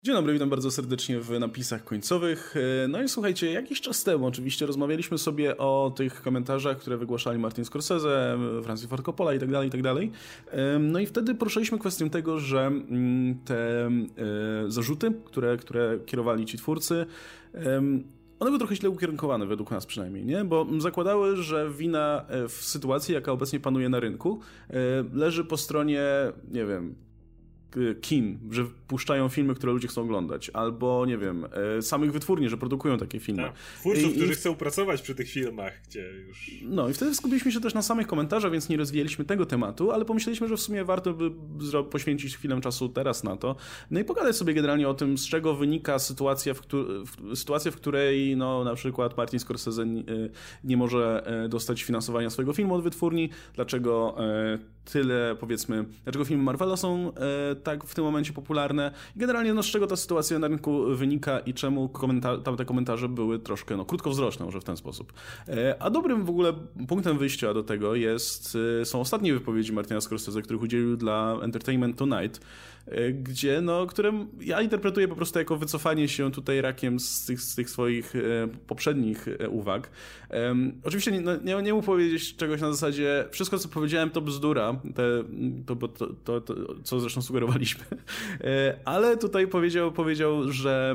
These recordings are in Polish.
Dzień dobry, witam bardzo serdecznie w napisach końcowych. No i słuchajcie, jakiś czas temu oczywiście rozmawialiśmy sobie o tych komentarzach, które wygłaszali Martin Scorsese, Francis Ford Coppola itd., itd. No i wtedy poruszyliśmy kwestię tego, że te zarzuty, które kierowali ci twórcy, one były trochę źle ukierunkowane, według nas przynajmniej, nie? Bo zakładały, że wina w sytuacji, jaka obecnie panuje na rynku, leży po stronie, nie wiem, kin, że puszczają filmy, które ludzie chcą oglądać, albo, nie wiem, samych wytwórni, że produkują takie filmy. Tak, twórców, którzy chcą pracować przy tych filmach, gdzie już... No i wtedy skupiliśmy się też na samych komentarzach, więc nie rozwijaliśmy tego tematu, ale pomyśleliśmy, że w sumie warto by poświęcić chwilę czasu teraz na to. No i pogadać sobie generalnie o tym, z czego wynika sytuacja, w której no, na przykład Martin Scorsese nie może dostać finansowania swojego filmu od wytwórni, dlaczego dlaczego filmy Marvela są tak w tym momencie popularne i generalnie no, z czego ta sytuacja na rynku wynika i czemu tamte komentarze były troszkę krótkowzroczne, może w ten sposób. A dobrym w ogóle punktem wyjścia do tego są ostatnie wypowiedzi Martina Scorsese, których udzielił dla Entertainment Tonight, gdzie, które ja interpretuję po prostu jako wycofanie się tutaj rakiem z tych swoich poprzednich uwag. Oczywiście nie mógł powiedzieć czegoś na zasadzie że co powiedziałem to bzdura, to co zresztą sugerowaliśmy, ale tutaj powiedział, że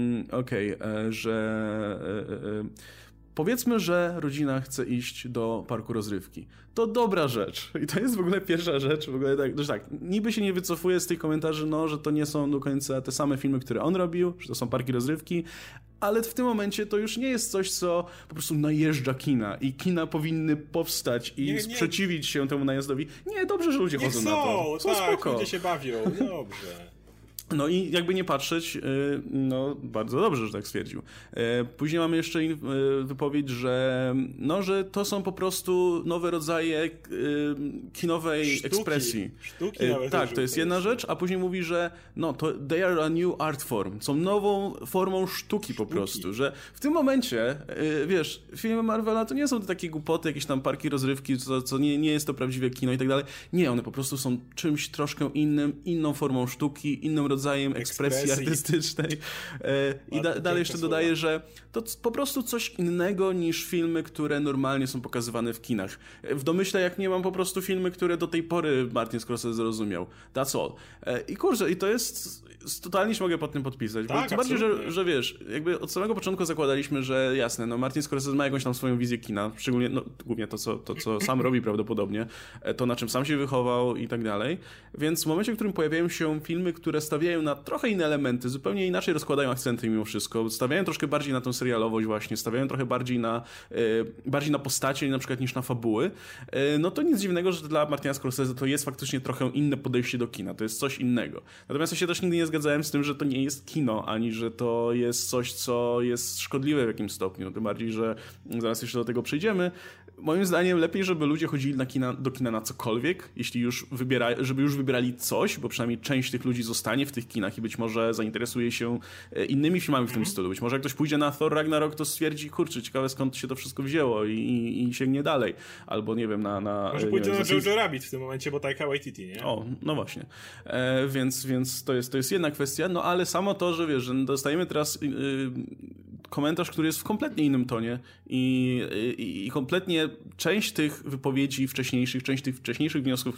powiedzmy, że rodzina chce iść do parku rozrywki. To dobra rzecz. I to jest w ogóle pierwsza rzecz. W ogóle niby się nie wycofuje z tych komentarzy, że to nie są do końca te same filmy, które on robił, że to są parki rozrywki, ale w tym momencie to już nie jest coś, co po prostu najeżdża kina i kina powinny powstać i sprzeciwić się temu najazdowi. Nie, dobrze, że ludzie chodzą na to. Są tak, spoko. Ludzie się bawią, dobrze. No i jakby nie patrzeć, bardzo dobrze, że tak stwierdził. Później mamy jeszcze wypowiedź, że to są po prostu nowe rodzaje kinowej ekspresji. Sztuki tak, to jest jedna rzecz, a później mówi, że they are a new art form. Są nową formą sztuki po prostu, że w tym momencie, filmy Marvela to nie są to takie głupoty, jakieś tam parki rozrywki, co nie jest to prawdziwe kino i tak dalej. Nie, one po prostu są czymś troszkę innym, inną formą sztuki, innym rodzajem ekspresji artystycznej. I dalej jeszcze dodaję, że to po prostu coś innego niż filmy, które normalnie są pokazywane w kinach. W domyśle jak nie mam po prostu filmy, które do tej pory Martin Scorsese zrozumiał. That's all. I kurczę, i to jest... Totalnie się mogę pod tym podpisać. Tak, tym bardziej, że wiesz, jakby od samego początku zakładaliśmy, że jasne, Martin Scorsese ma jakąś tam swoją wizję kina, szczególnie, głównie to, co sam robi prawdopodobnie, to na czym sam się wychował i tak dalej. Więc w momencie, w którym pojawiają się filmy, które stawiają na trochę inne elementy, zupełnie inaczej rozkładają akcenty mimo wszystko, stawiają troszkę bardziej na tę serialowość właśnie, stawiają trochę bardziej na postacie na przykład niż na fabuły, to nic dziwnego, że dla Martina Scorsese to jest faktycznie trochę inne podejście do kina, to jest coś innego. Natomiast ja się też nigdy nie zgadzałem z tym, że to nie jest kino, ani że to jest coś, co jest szkodliwe w jakimś stopniu, tym bardziej, że zaraz jeszcze do tego przejdziemy. Moim zdaniem lepiej, żeby ludzie chodzili do kina na cokolwiek, żeby już wybierali coś, bo przynajmniej część tych ludzi zostanie w tych kinach i być może zainteresuje się innymi filmami w tym stylu. Być może jak ktoś pójdzie na Thor Ragnarok, to stwierdzi, kurczę, ciekawe skąd się to wszystko wzięło i sięgnie dalej. Albo nie wiem, może pójdzie na Jojo Rabbit w tym momencie, bo Taika Waititi, nie? O, no właśnie. Więc to jest jedna kwestia, ale samo to, że wiesz, że dostajemy teraz komentarz, który jest w kompletnie innym tonie i kompletnie część tych wypowiedzi wcześniejszych, część tych wcześniejszych wniosków,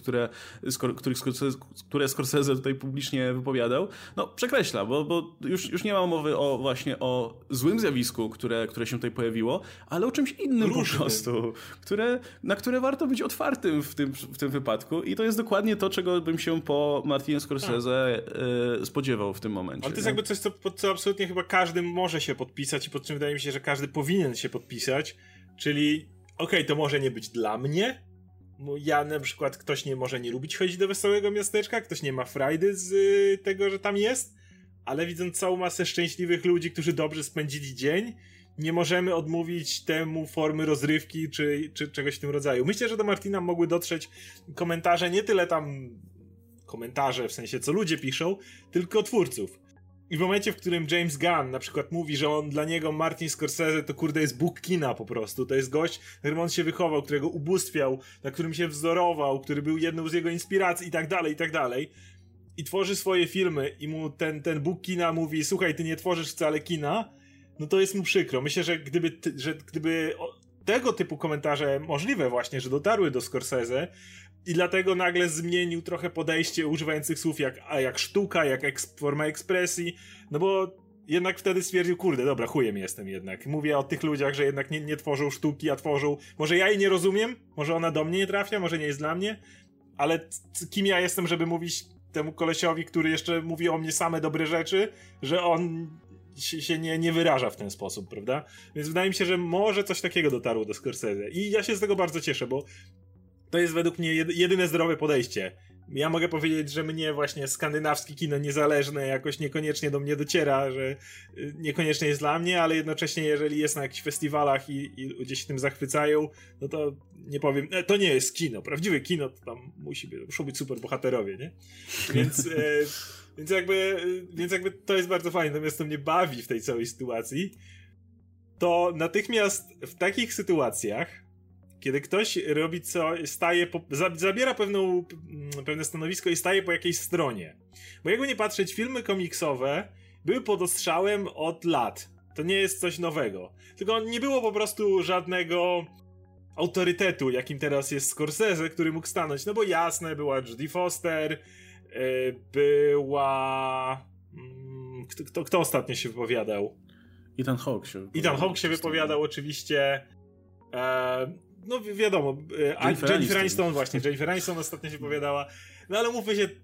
które Scorsese tutaj publicznie wypowiadał, przekreśla, bo już nie ma mowy o złym zjawisku, które się tutaj pojawiło, ale o czymś innym po prostu, na które warto być otwartym w tym wypadku i to jest dokładnie to, czego bym się po Martinie Scorsese spodziewał w tym momencie. Ale to jest jakby coś, co absolutnie chyba każdy może się podpisać i pod czym wydaje mi się, że każdy powinien się podpisać, czyli to może nie być dla mnie. Ja na przykład, ktoś może nie lubić chodzić do wesołego miasteczka, ktoś nie ma frajdy z tego, że tam jest, ale widząc całą masę szczęśliwych ludzi, którzy dobrze spędzili dzień, nie możemy odmówić temu formy rozrywki czy czegoś w tym rodzaju. Myślę, że do Martina mogły dotrzeć komentarze, nie tyle tam komentarze w sensie co ludzie piszą, tylko twórców. I w momencie, w którym James Gunn na przykład mówi, że dla niego Martin Scorsese to jest Bóg kina po prostu, to jest gość, którym on się wychował, którego ubóstwiał, na którym się wzorował, który był jedną z jego inspiracji i tak dalej, i tworzy swoje filmy i mu ten Bóg kina mówi, słuchaj, ty nie tworzysz wcale kina, no to jest mu przykro. Myślę, że gdyby tego typu komentarze możliwe właśnie, że dotarły do Scorsese i dlatego nagle zmienił trochę podejście używających słów jak sztuka, jak forma ekspresji, no bo jednak wtedy stwierdził, kurde, dobra, chujem jestem jednak. Mówię o tych ludziach, że jednak nie tworzą sztuki, a tworzą... Może ja jej nie rozumiem, może ona do mnie nie trafia, może nie jest dla mnie, ale kim ja jestem, żeby mówić temu kolesiowi, który jeszcze mówi o mnie same dobre rzeczy, że on się nie wyraża w ten sposób, prawda? Więc wydaje mi się, że może coś takiego dotarło do Scorsese. I ja się z tego bardzo cieszę, bo to jest według mnie jedyne zdrowe podejście. Ja mogę powiedzieć, że mnie właśnie skandynawskie kino niezależne jakoś niekoniecznie do mnie dociera, że niekoniecznie jest dla mnie, ale jednocześnie jeżeli jest na jakichś festiwalach i ludzie się tym zachwycają, no to nie powiem, to nie jest kino. Prawdziwe kino to tam muszą być super bohaterowie, nie? Więc jakby to jest bardzo fajne. Natomiast to mnie bawi w tej całej sytuacji. To natychmiast w takich sytuacjach, kiedy ktoś robi zabiera pewne stanowisko i staje po jakiejś stronie. Bo jakby nie patrzeć, filmy komiksowe były pod ostrzałem od lat. To nie jest coś nowego. Tylko nie było po prostu żadnego autorytetu, jakim teraz jest Scorsese, który mógł stanąć. No bo jasne, była Jodie Foster, była... Kto ostatnio się wypowiadał? Ethan Hawke się wypowiadał oczywiście. No wiadomo, Jennifer Aniston właśnie, Jennifer Aniston ostatnio się wypowiadała. No ale mówmy się,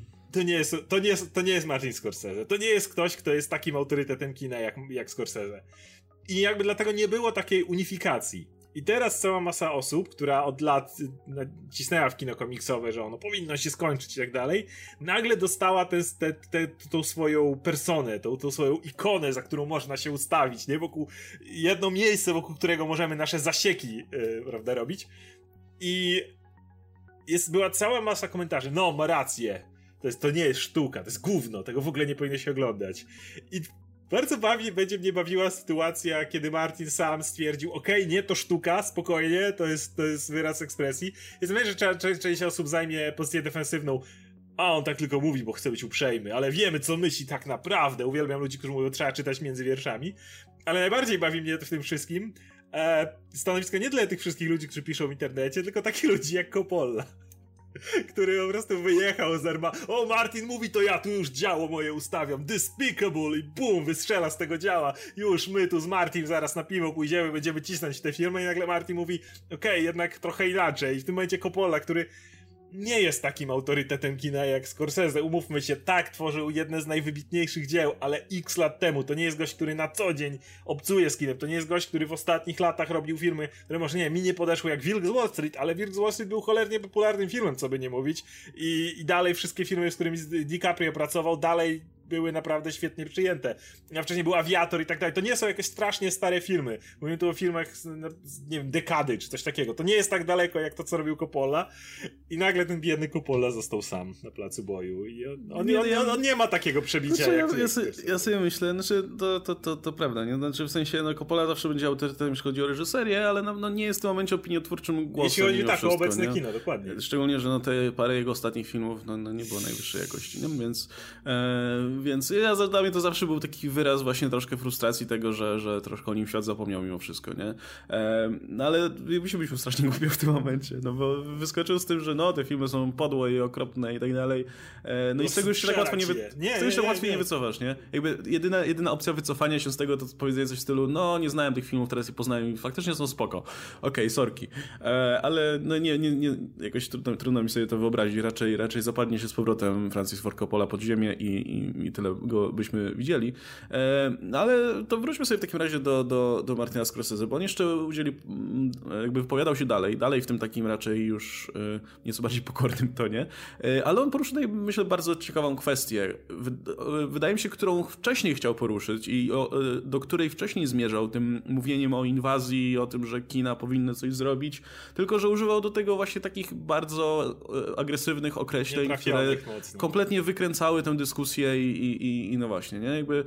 to nie jest Martin Scorsese. To nie jest ktoś, kto jest takim autorytetem kina jak Scorsese. I jakby dlatego nie było takiej unifikacji. I teraz cała masa osób, która od lat cisnęła w kino komiksowe, że ono powinno się skończyć i tak dalej, nagle dostała tą swoją personę, tą swoją ikonę, za którą można się ustawić, nie? Jedno miejsce, wokół którego możemy nasze zasieki, prawda, robić. I była cała masa komentarzy. No, ma rację. To nie jest sztuka, to jest gówno, tego w ogóle nie powinno się oglądać. I bardzo będzie mnie bawiła sytuacja, kiedy Martin sam stwierdził, okej, nie, to sztuka, spokojnie, to jest wyraz ekspresji. Jest myślę, że część osób zajmie pozycję defensywną, a on tak tylko mówi, bo chce być uprzejmy, ale wiemy, co myśli tak naprawdę. Uwielbiam ludzi, którzy mówią, trzeba czytać między wierszami. Ale najbardziej bawi mnie w tym wszystkim stanowisko nie dla tych wszystkich ludzi, którzy piszą w internecie, tylko takich ludzi jak Coppola, który po prostu wyjechał z o, Martin mówi, to ja tu już działo moje ustawiam, Despicable, i bum, wystrzela z tego działa, już my tu z Martin zaraz na piwo pójdziemy, będziemy cisnąć te filmy, i nagle Martin mówi, okej, jednak trochę inaczej. I w tym momencie Coppola, który nie jest takim autorytetem kina jak Scorsese, umówmy się, tak, tworzył jedne z najwybitniejszych dzieł, ale x lat temu. To nie jest gość, który na co dzień obcuje z kinem, to nie jest gość, który w ostatnich latach robił filmy, które może nie, mi nie podeszły jak Wilk z Wall Street, ale Wilk z Wall Street był cholernie popularnym filmem, co by nie mówić, i dalej wszystkie filmy, z którymi DiCaprio pracował, dalej były naprawdę świetnie przyjęte. A wcześniej był Aviator i tak dalej. To nie są jakieś strasznie stare filmy. Mówimy tu o filmach z, nie wiem, dekady, czy coś takiego. To nie jest tak daleko, jak to, co robił Coppola. I nagle ten biedny Coppola został sam na placu boju. I on nie ma takiego przebicia, znaczy, ja sobie myślę, znaczy, to prawda, nie? Znaczy, w sensie, Coppola zawsze będzie autorytetem, jeśli chodzi o reżyserię, ale nie jest w tym momencie opiniotwórczym głosem. Jeśli chodzi tak o obecne kino, dokładnie. Szczególnie, że te parę jego ostatnich filmów nie było najwyższej jakości, nie? Więc dla mnie to zawsze był taki wyraz właśnie troszkę frustracji tego, że troszkę o nim świat zapomniał mimo wszystko, nie? No ale byliśmy strasznie głupio w tym momencie, no bo wyskoczył z tym, że te filmy są podłe i okropne i tak dalej. No i z tego już się tak łatwo nie wycofasz, nie? Jakby jedyna opcja wycofania się z tego to powiedzenie coś w stylu, nie znałem tych filmów, teraz je poznałem i faktycznie są spoko. Okej, sorki. Ale nie, jakoś trudno mi sobie to wyobrazić. Raczej zapadnie się z powrotem Francis Ford Coppola pod ziemię i tyle go byśmy widzieli. Ale to wróćmy sobie w takim razie do Martina Scorsese, bo on jeszcze jakby wypowiadał się dalej w tym takim raczej już nieco bardziej pokornym tonie, ale on poruszył tutaj, myślę, bardzo ciekawą kwestię. Wydaje mi się, którą wcześniej chciał poruszyć i do której wcześniej zmierzał tym mówieniem o inwazji, o tym, że kina powinny coś zrobić, tylko że używał do tego właśnie takich bardzo agresywnych określeń, które kompletnie wykręcały tę dyskusję i no właśnie, nie? Jakby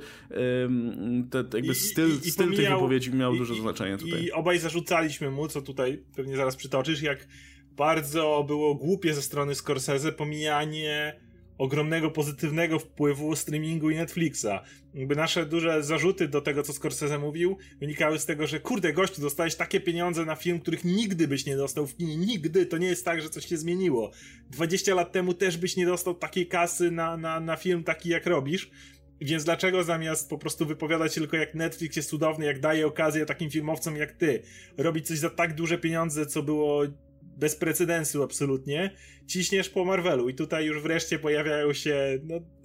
styl tych wypowiedzi miał duże znaczenie tutaj. I obaj zarzucaliśmy mu, co tutaj pewnie zaraz przytoczysz, jak bardzo było głupie ze strony Scorsese pomijanie ogromnego pozytywnego wpływu streamingu i Netflixa. Jakby nasze duże zarzuty do tego, co Scorsese mówił, wynikały z tego, że kurde, gościu, dostałeś takie pieniądze na film, których nigdy byś nie dostał w kinie. Nigdy. To nie jest tak, że coś się zmieniło. 20 lat temu też byś nie dostał takiej kasy na film taki, jak robisz. Więc dlaczego zamiast po prostu wypowiadać się tylko jak Netflix jest cudowny, jak daje okazję takim filmowcom jak ty, robić coś za tak duże pieniądze, co było bez precedensu absolutnie, ciśniesz po Marvelu i tutaj już wreszcie pojawiają się,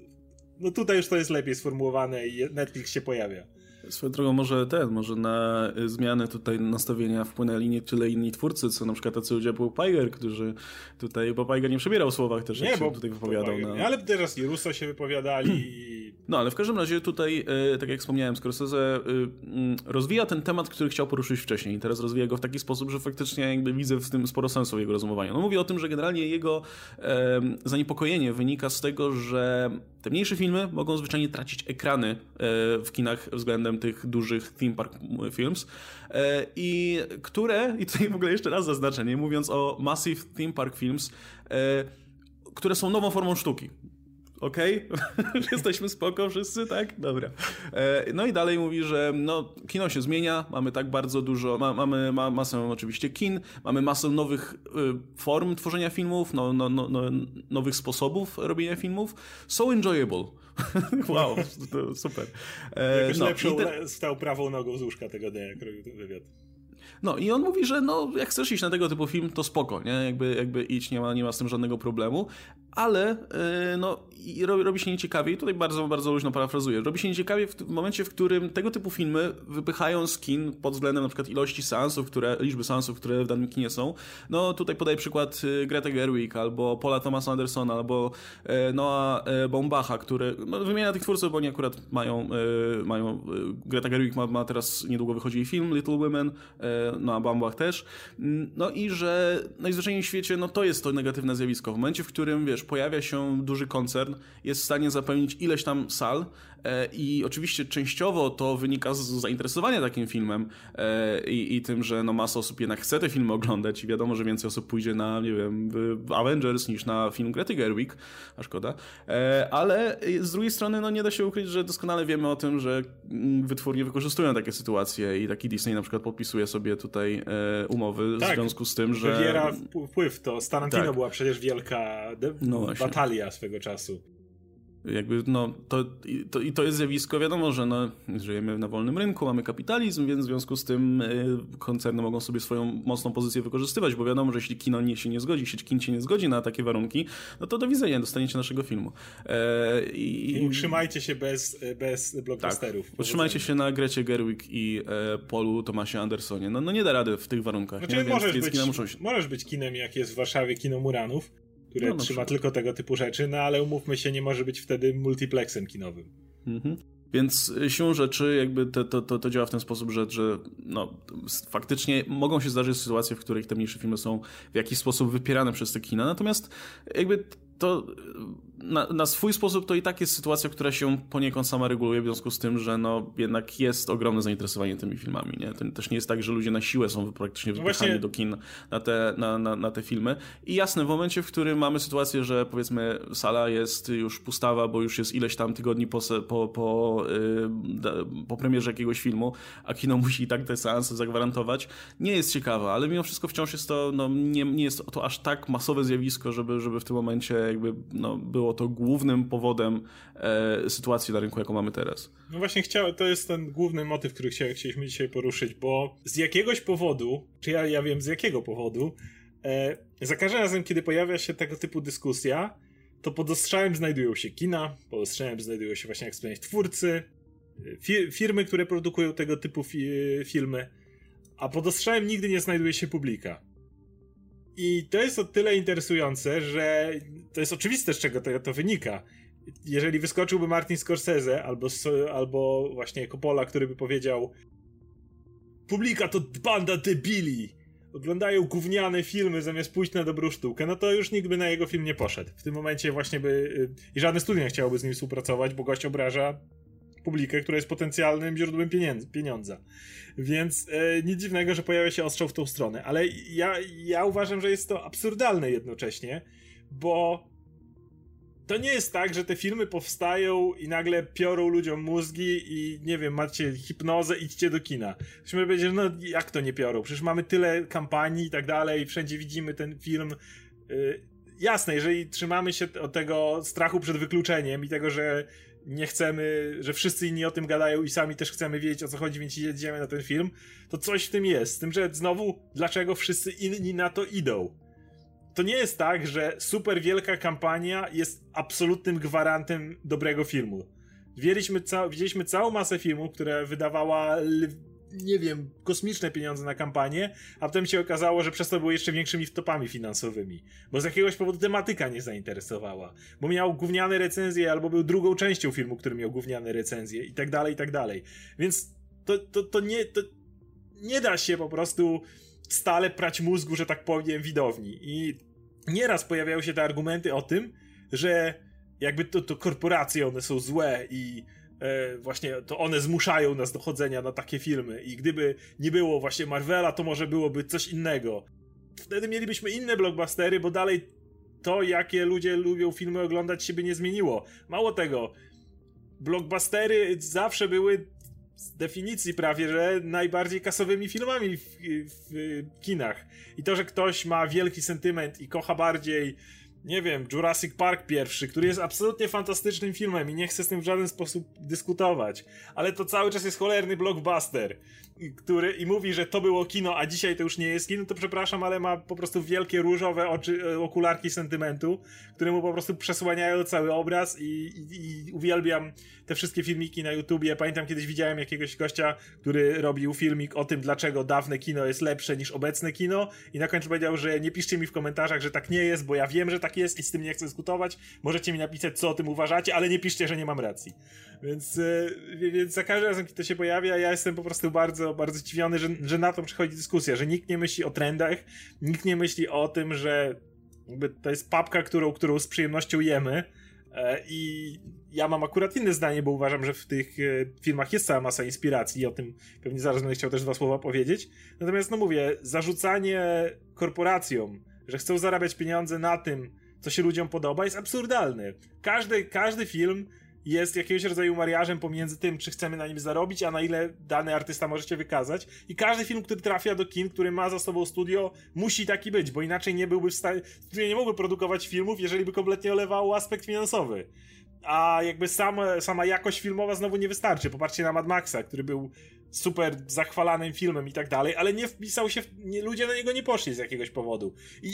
no tutaj już to jest lepiej sformułowane i Netflix się pojawia. Swoją drogą może na zmianę tutaj nastawienia wpłynęli nie tyle inni twórcy, co na przykład tacy ludzie jak Bob Iger, którzy tutaj, Bob Iger nie przebierał w słowach też, jak się tutaj wypowiadał. Ale teraz i Russo się wypowiadali. No, ale w każdym razie tutaj, tak jak wspomniałem, Scorsese rozwija ten temat, który chciał poruszyć wcześniej i teraz rozwija go w taki sposób, że faktycznie jakby widzę w tym sporo sensu w jego rozumowaniu. No mówi o tym, że generalnie jego zaniepokojenie wynika z tego, że te mniejsze filmy mogą zwyczajnie tracić ekrany w kinach względem tych dużych theme park films i tutaj w ogóle jeszcze raz zaznaczenie, mówiąc o massive theme park films, które są nową formą sztuki. Okej? Jesteśmy spoko wszyscy, tak? Dobra. No i dalej mówi, że kino się zmienia, mamy tak bardzo dużo, mamy masę oczywiście kin, mamy masę nowych form tworzenia filmów, nowych sposobów robienia filmów. So enjoyable. Wow, to super. Jakoś lepszą stał prawą nogą z łóżka tego dnia, jak robił ten wywiad. No i on mówi, że jak chcesz iść na tego typu film, to spoko, nie? Jakby idź, nie ma z tym żadnego problemu, ale robi się nieciekawie i tutaj bardzo, bardzo luźno parafrazuję, robi się nieciekawie w momencie, w którym tego typu filmy wypychają z kin pod względem na przykład ilości seansów, liczby seansów, które w danym kinie są. No tutaj podaję przykład Grety Gerwig, albo Paula Thomasa Andersona, albo Noah Baumbacha, który, wymienia tych twórców, bo oni akurat mają Greta Gerwig ma teraz, niedługo wychodzi jej film Little Women, a Baumbach też. No i że najzwyczajniej w świecie, to jest to negatywne zjawisko. W momencie, w którym, pojawia się duży koncern, jest w stanie zapełnić ileś tam sal i oczywiście częściowo to wynika z zainteresowania takim filmem i tym, że masa osób jednak chce te filmy oglądać i wiadomo, że więcej osób pójdzie na, nie wiem, Avengers niż na film Grety Gerwig, a szkoda. Ale z drugiej strony, nie da się ukryć, że doskonale wiemy o tym, że wytwórnie wykorzystują takie sytuacje i taki Disney na przykład podpisuje sobie tutaj umowy w związku z tym, że... Wywiera wpływ to. Z Tarantino była przecież wielka batalia swego czasu. Jakby, to jest zjawisko, wiadomo, że żyjemy na wolnym rynku, mamy kapitalizm, więc w związku z tym koncerny mogą sobie swoją mocną pozycję wykorzystywać, bo wiadomo, że jeśli kino się nie zgodzi, sieć kin się nie zgodzi na takie warunki, to do widzenia, dostaniecie naszego filmu. I utrzymajcie się bez blockbusterów. Tak, utrzymajcie się na Grecie Gerwig i Paulu Thomasie Andersonie. Nie da rady w tych warunkach. Znaczy, możesz być kinem, jak jest w Warszawie kino Muranów, które trzyma tylko tego typu rzeczy, ale umówmy się, nie może być wtedy multiplexem kinowym. Mhm. Więc siłą rzeczy jakby to działa w ten sposób, że faktycznie mogą się zdarzyć sytuacje, w których te mniejsze filmy są w jakiś sposób wypierane przez te kina, natomiast jakby to na swój sposób to i tak jest sytuacja, która się poniekąd sama reguluje, w związku z tym, że jednak jest ogromne zainteresowanie tymi filmami, nie? To też nie jest tak, że ludzie na siłę są praktycznie wypychani do kin na te filmy. I jasne, w momencie, w którym mamy sytuację, że powiedzmy sala jest już pustawa, bo już jest ileś tam tygodni po premierze jakiegoś filmu, a kino musi i tak te seanse zagwarantować, nie jest ciekawa, ale mimo wszystko wciąż jest to, nie jest to aż tak masowe zjawisko, żeby w tym momencie jakby było to głównym powodem sytuacji na rynku, jaką mamy teraz. No właśnie to jest ten główny motyw, który chcieliśmy dzisiaj poruszyć, bo z jakiegoś powodu, czy ja wiem z jakiego powodu, za każdym razem, kiedy pojawia się tego typu dyskusja, to pod ostrzałem znajdują się kina, pod ostrzałem znajdują się właśnie, jak wspomniałeś, twórcy, firmy, które produkują tego typu filmy, a pod ostrzałem nigdy nie znajduje się publika. I to jest o tyle interesujące, że to jest oczywiste, z czego to wynika. Jeżeli wyskoczyłby Martin Scorsese albo właśnie Coppola, który by powiedział: publika to banda debili, oglądają gówniane filmy zamiast pójść na dobrą sztukę, to już nikt by na jego film nie poszedł. W tym momencie właśnie i żadne studio nie chciałoby z nim współpracować, bo gość obraża publikę, która jest potencjalnym źródłem pieniądza. Więc nic dziwnego, że pojawia się ostrzał w tą stronę. Ale ja uważam, że jest to absurdalne jednocześnie, bo to nie jest tak, że te filmy powstają i nagle piorą ludziom mózgi i nie wiem, macie hipnozę, idźcie do kina. Myśmy powiedzieli, no jak to nie piorą? Przecież mamy tyle kampanii i tak dalej, wszędzie widzimy ten film. Jasne, jeżeli trzymamy się od tego strachu przed wykluczeniem i tego, że nie chcemy, że wszyscy inni o tym gadają i sami też chcemy wiedzieć, o co chodzi, więc jedziemy na ten film, to coś w tym jest. Z tym, że znowu, dlaczego wszyscy inni na to idą? To nie jest tak, że super wielka kampania jest absolutnym gwarantem dobrego filmu. Widzieliśmy całą masę filmów, które wydawała, nie wiem, kosmiczne pieniądze na kampanię, a potem się okazało, że przez to były jeszcze większymi wtopami finansowymi. Bo z jakiegoś powodu tematyka nie zainteresowała. Bo miał gówniane recenzje, albo był drugą częścią filmu, który miał gówniane recenzje i tak dalej, i tak dalej. Więc to nie da się po prostu stale prać mózgu, że tak powiem, widowni. I nieraz pojawiają się te argumenty o tym, że jakby to korporacje, one są złe i właśnie to one zmuszają nas do chodzenia na takie filmy i gdyby nie było właśnie Marvela, to może byłoby coś innego. Wtedy mielibyśmy inne blockbustery, bo dalej to, jakie ludzie lubią filmy oglądać, się by nie zmieniło. Mało tego, blockbustery zawsze były z definicji prawie, że najbardziej kasowymi filmami w kinach. I to, że ktoś ma wielki sentyment i kocha bardziej, nie wiem, Jurassic Park pierwszy, który jest absolutnie fantastycznym filmem i nie chcę z tym w żaden sposób dyskutować, ale to cały czas jest cholerny blockbuster, który i mówi, że to było kino, a dzisiaj to już nie jest kino, to przepraszam, ale ma po prostu wielkie różowe okularki sentymentu, które mu po prostu przesłaniają cały obraz i uwielbiam te wszystkie filmiki na YouTubie. Pamiętam, kiedyś widziałem jakiegoś gościa, który robił filmik o tym, dlaczego dawne kino jest lepsze niż obecne kino i na końcu powiedział, że nie piszcie mi w komentarzach, że tak nie jest, bo ja wiem, że tak jest i z tym nie chcę dyskutować. Możecie mi napisać, co o tym uważacie, ale nie piszcie, że nie mam racji. Więc za każdym razem, kiedy to się pojawia, ja jestem po prostu bardzo, bardzo zdziwiony, że na to przychodzi dyskusja, że nikt nie myśli o trendach, nikt nie myśli o tym, że jakby to jest papka, którą z przyjemnością jemy i ja mam akurat inne zdanie, bo uważam, że w tych filmach jest cała masa inspiracji i o tym pewnie zaraz będę chciał też 2 słowa powiedzieć. Natomiast no mówię, zarzucanie korporacjom, że chcą zarabiać pieniądze na tym, co się ludziom podoba, jest absurdalne. Każdy film jest jakiegoś rodzaju mariażem pomiędzy tym, czy chcemy na nim zarobić, a na ile dany artysta może się wykazać. I każdy film, który trafia do kin, który ma za sobą studio, musi taki być, bo inaczej nie byłby w stanie... Studio nie mogły produkować filmów, jeżeli by kompletnie olewało aspekt finansowy. A jakby sama jakość filmowa znowu nie wystarczy. Popatrzcie na Mad Maxa, który był super zachwalanym filmem i tak dalej, ale nie wpisał się, ludzie na niego nie poszli z jakiegoś powodu.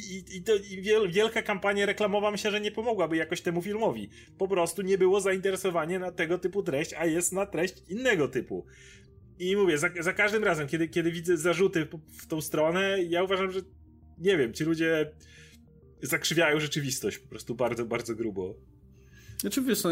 Wielka kampania reklamowa, myślę, że nie pomogłaby jakoś temu filmowi. Po prostu nie było zainteresowania na tego typu treść, a jest na treść innego typu. I mówię, za każdym razem, kiedy widzę zarzuty w tą stronę, ja uważam, że nie wiem, ci ludzie zakrzywiają rzeczywistość po prostu bardzo, bardzo grubo. Znaczy wiesz, no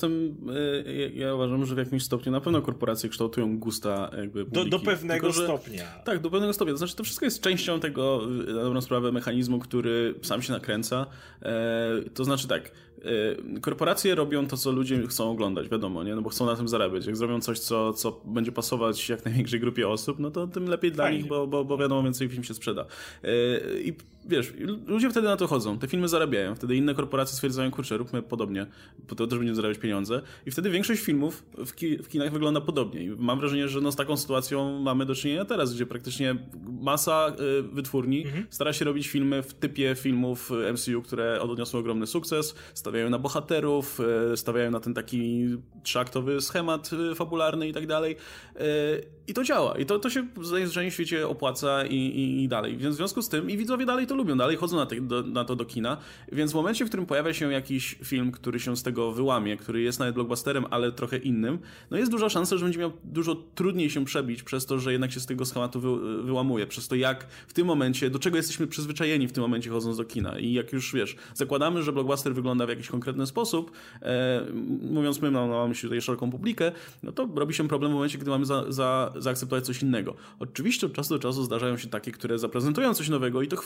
ja uważam, że w jakimś stopniu na pewno korporacje kształtują gusta jakby publiki. Do pewnego stopnia. Tak, do pewnego stopnia. To znaczy to wszystko jest częścią tego, na dobrą sprawę, mechanizmu, który sam się nakręca. To znaczy tak, korporacje robią to, co ludzie chcą oglądać, wiadomo, nie? No bo chcą na tym zarabiać. Jak zrobią coś, co będzie pasować jak największej grupie osób, no to tym lepiej dla nich, bo wiadomo, więcej film się sprzeda. I wiesz, ludzie wtedy na to chodzą, te filmy zarabiają, wtedy inne korporacje stwierdzają, kurczę, róbmy podobnie, bo to też będziemy zarabiać pieniądze i wtedy większość filmów w kinach wygląda podobnie i mam wrażenie, że no z taką sytuacją mamy do czynienia teraz, gdzie praktycznie masa wytwórni stara się robić filmy w typie filmów MCU, które odniosły ogromny sukces, stawiają na bohaterów, stawiają na ten taki trzyaktowy schemat fabularny i tak dalej i to działa i to się w zajeżdżeniu świecie opłaca i dalej, więc w związku z tym i widzowie dalej to lubią, dalej chodzą na to do kina, więc w momencie, w którym pojawia się jakiś film, który się z tego wyłamie, który jest nawet blockbusterem, ale trochę innym, no jest duża szansa, że będzie miał dużo trudniej się przebić przez to, że jednak się z tego schematu wyłamuje, przez to jak w tym momencie, do czego jesteśmy przyzwyczajeni w tym momencie chodząc do kina i jak już wiesz, zakładamy, że blockbuster wygląda w jakiś konkretny sposób, mówiąc my, mamy tutaj szeroką publikę, no to robi się problem w momencie, gdy mamy zaakceptować coś innego. Oczywiście od czasu do czasu zdarzają się takie, które zaprezentują coś nowego i to chwyci, bo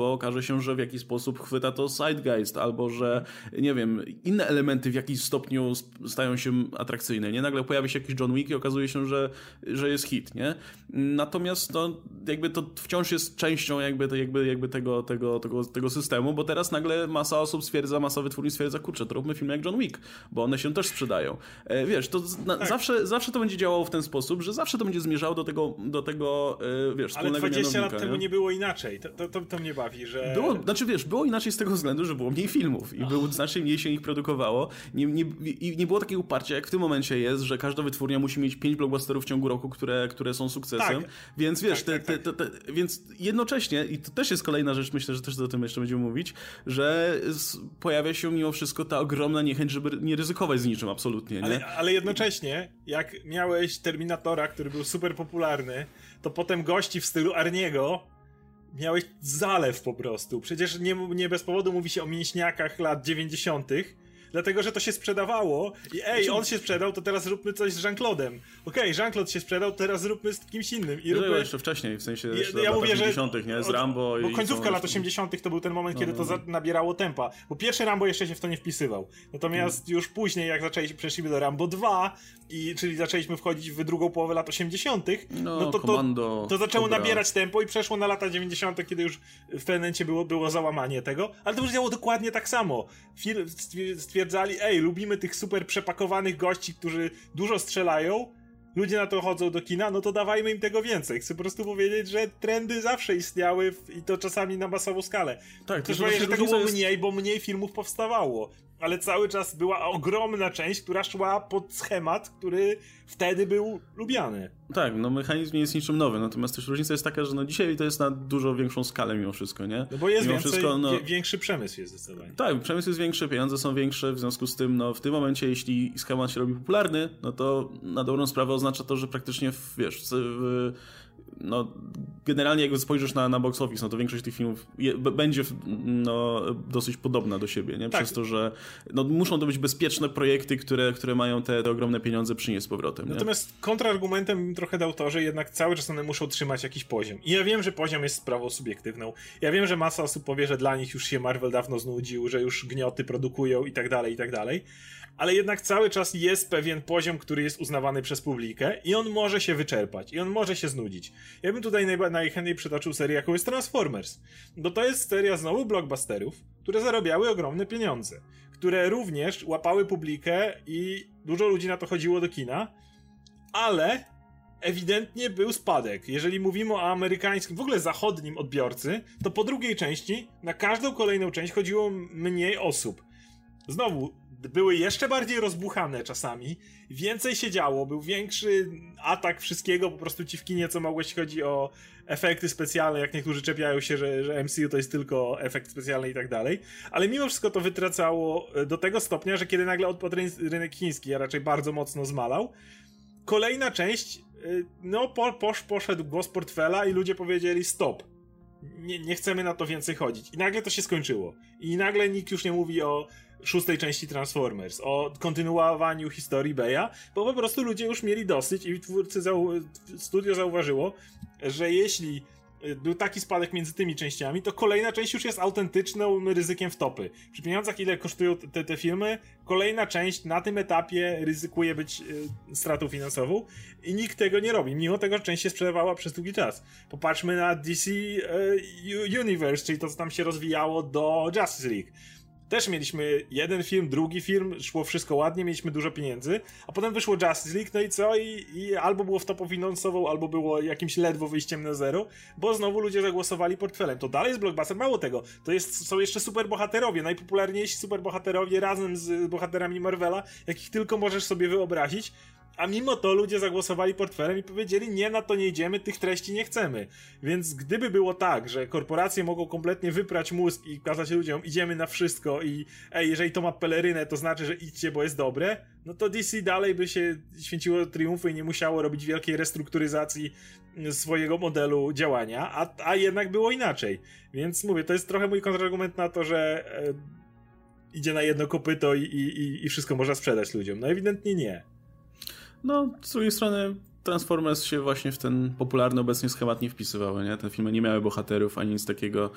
bo okaże się, że w jakiś sposób chwyta to zeitgeist, albo że, nie wiem, inne elementy w jakiś stopniu stają się atrakcyjne, nie? Nagle pojawia się jakiś John Wick i okazuje się, że jest hit, nie? Natomiast no, jakby to wciąż jest częścią jakby tego systemu, bo teraz nagle masa osób stwierdza, masa wytwórni stwierdza, kurczę, to róbmy filmy jak John Wick, bo one się też sprzedają. Wiesz, to tak. zawsze to będzie działało w ten sposób, że zawsze to będzie zmierzało do tego wiesz, ale wspólnego 20 lat mianownika, temu nie było inaczej. To mnie bawi, że... Było inaczej z tego względu, że było mniej filmów i znacznie mniej się ich produkowało. Nie było takiego uparcia, jak w tym momencie jest, że każda wytwórnia musi mieć 5 blockbusterów w ciągu roku, które są sukcesem. Tak. Więc wiesz, więc jednocześnie, i to też jest kolejna rzecz, myślę, że też o tym jeszcze będziemy mówić, że pojawia się mimo wszystko ta ogromna niechęć, żeby nie ryzykować z niczym absolutnie. Nie? Ale jednocześnie, jak miałeś Terminatora, który był super popularny, to potem gości w stylu Arniego miałeś zalew po prostu. Przecież nie bez powodu mówi się o mięśniakach lat 90., dlatego, że to się sprzedawało i on się sprzedał, to teraz zróbmy coś z Jean-Claude'em. Okej, Jean-Claude się sprzedał, teraz zróbmy z kimś innym. I róbmy... jeszcze wcześniej, w sensie ja mówię, 80., nie? Z Rambo bo końcówka lat 80. to był ten moment, kiedy to nabierało tempa. Bo pierwszy Rambo jeszcze się w to nie wpisywał. Natomiast już później, jak przeszliśmy do Rambo 2, czyli zaczęliśmy wchodzić w drugą połowę lat 80., to zaczęło nabierać tempo i przeszło na lata 90., kiedy już w pewnym momencie było załamanie tego. Ale to już działo dokładnie tak samo. Stwierdzali, lubimy tych super przepakowanych gości, którzy dużo strzelają, ludzie na to chodzą do kina, no to dawajmy im tego więcej. Chcę po prostu powiedzieć, że trendy zawsze istniały i to czasami na masową skalę. Tak, też mówię, że tego było mniej, bo mniej filmów powstawało. Ale cały czas była ogromna część, która szła pod schemat, który wtedy był lubiany. Tak, no mechanizm nie jest niczym nowy, natomiast też różnica jest taka, że no dzisiaj to jest na dużo większą skalę mimo wszystko, nie? No bo jest większy przemysł jest zdecydowanie. Tak, przemysł jest większy, pieniądze są większe, w związku z tym, no w tym momencie, jeśli schemat się robi popularny, no to na dobrą sprawę oznacza to, że praktycznie, no generalnie jak spojrzysz na box office, no to większość tych filmów będzie dosyć podobna do siebie, nie? Przez to, że muszą to być bezpieczne projekty, które mają te ogromne pieniądze przynieść z powrotem. Nie? Natomiast kontrargumentem bym trochę dał to, że jednak cały czas one muszą trzymać jakiś poziom. I ja wiem, że poziom jest sprawą subiektywną. Ja wiem, że masa osób powie, że dla nich już się Marvel dawno znudził, że już gnioty produkują i tak dalej. Ale jednak cały czas jest pewien poziom, który jest uznawany przez publikę i on może się wyczerpać, i on może się znudzić. Ja bym tutaj najchętniej przytoczył serię, jaką jest Transformers. Bo to jest seria znowu blockbusterów, które zarabiały ogromne pieniądze, które również łapały publikę i dużo ludzi na to chodziło do kina, ale ewidentnie był spadek. Jeżeli mówimy o amerykańskim, w ogóle zachodnim odbiorcy, to po drugiej części, na każdą kolejną część chodziło mniej osób. Znowu, były jeszcze bardziej rozbuchane czasami, więcej się działo, był większy atak wszystkiego po prostu ci w kinie, co mogło, jeśli chodzi o efekty specjalne, jak niektórzy czepiają się, że MCU to jest tylko efekt specjalny i tak dalej, ale mimo wszystko to wytracało do tego stopnia, że kiedy nagle rynek chiński, a raczej bardzo mocno zmalał, kolejna część, poszedł głos portfela i ludzie powiedzieli stop. Nie chcemy na to więcej chodzić. I nagle to się skończyło. I nagle nikt już nie mówi o 6. części Transformers, o kontynuowaniu historii Beya, bo po prostu ludzie już mieli dosyć i studio zauważyło, że jeśli był taki spadek między tymi częściami, to kolejna część już jest autentycznym ryzykiem wtopy. Przy pieniądzach, ile kosztują te filmy, kolejna część na tym etapie ryzykuje być stratą finansową i nikt tego nie robi, mimo tego, że część się sprzedawała przez długi czas. Popatrzmy na DC Universe, czyli to, co tam się rozwijało do Justice League. Też mieliśmy jeden film, drugi film, szło wszystko ładnie, mieliśmy dużo pieniędzy, a potem wyszło Justice League, no i co? I albo było wtopą finansową, albo było jakimś ledwo wyjściem na zero, bo znowu ludzie zagłosowali portfelem. To dalej jest blockbuster, mało tego, są jeszcze superbohaterowie, najpopularniejsi superbohaterowie razem z bohaterami Marvela, jakich tylko możesz sobie wyobrazić, a mimo to ludzie zagłosowali portfelem i powiedzieli, nie, na to nie idziemy, tych treści nie chcemy. Więc gdyby było tak, że korporacje mogą kompletnie wyprać mózg i kazać ludziom, idziemy na wszystko i jeżeli to ma pelerynę, to znaczy, że idźcie, bo jest dobre, no to DC dalej by się święciło triumfy i nie musiało robić wielkiej restrukturyzacji swojego modelu działania, a jednak było inaczej. Więc mówię, to jest trochę mój kontrargument na to, że idzie na jedno kopyto i wszystko można sprzedać ludziom. No ewidentnie nie. No, z drugiej strony Transformers się właśnie w ten popularny obecnie schemat nie wpisywały, nie? Te filmy nie miały bohaterów, ani nic takiego.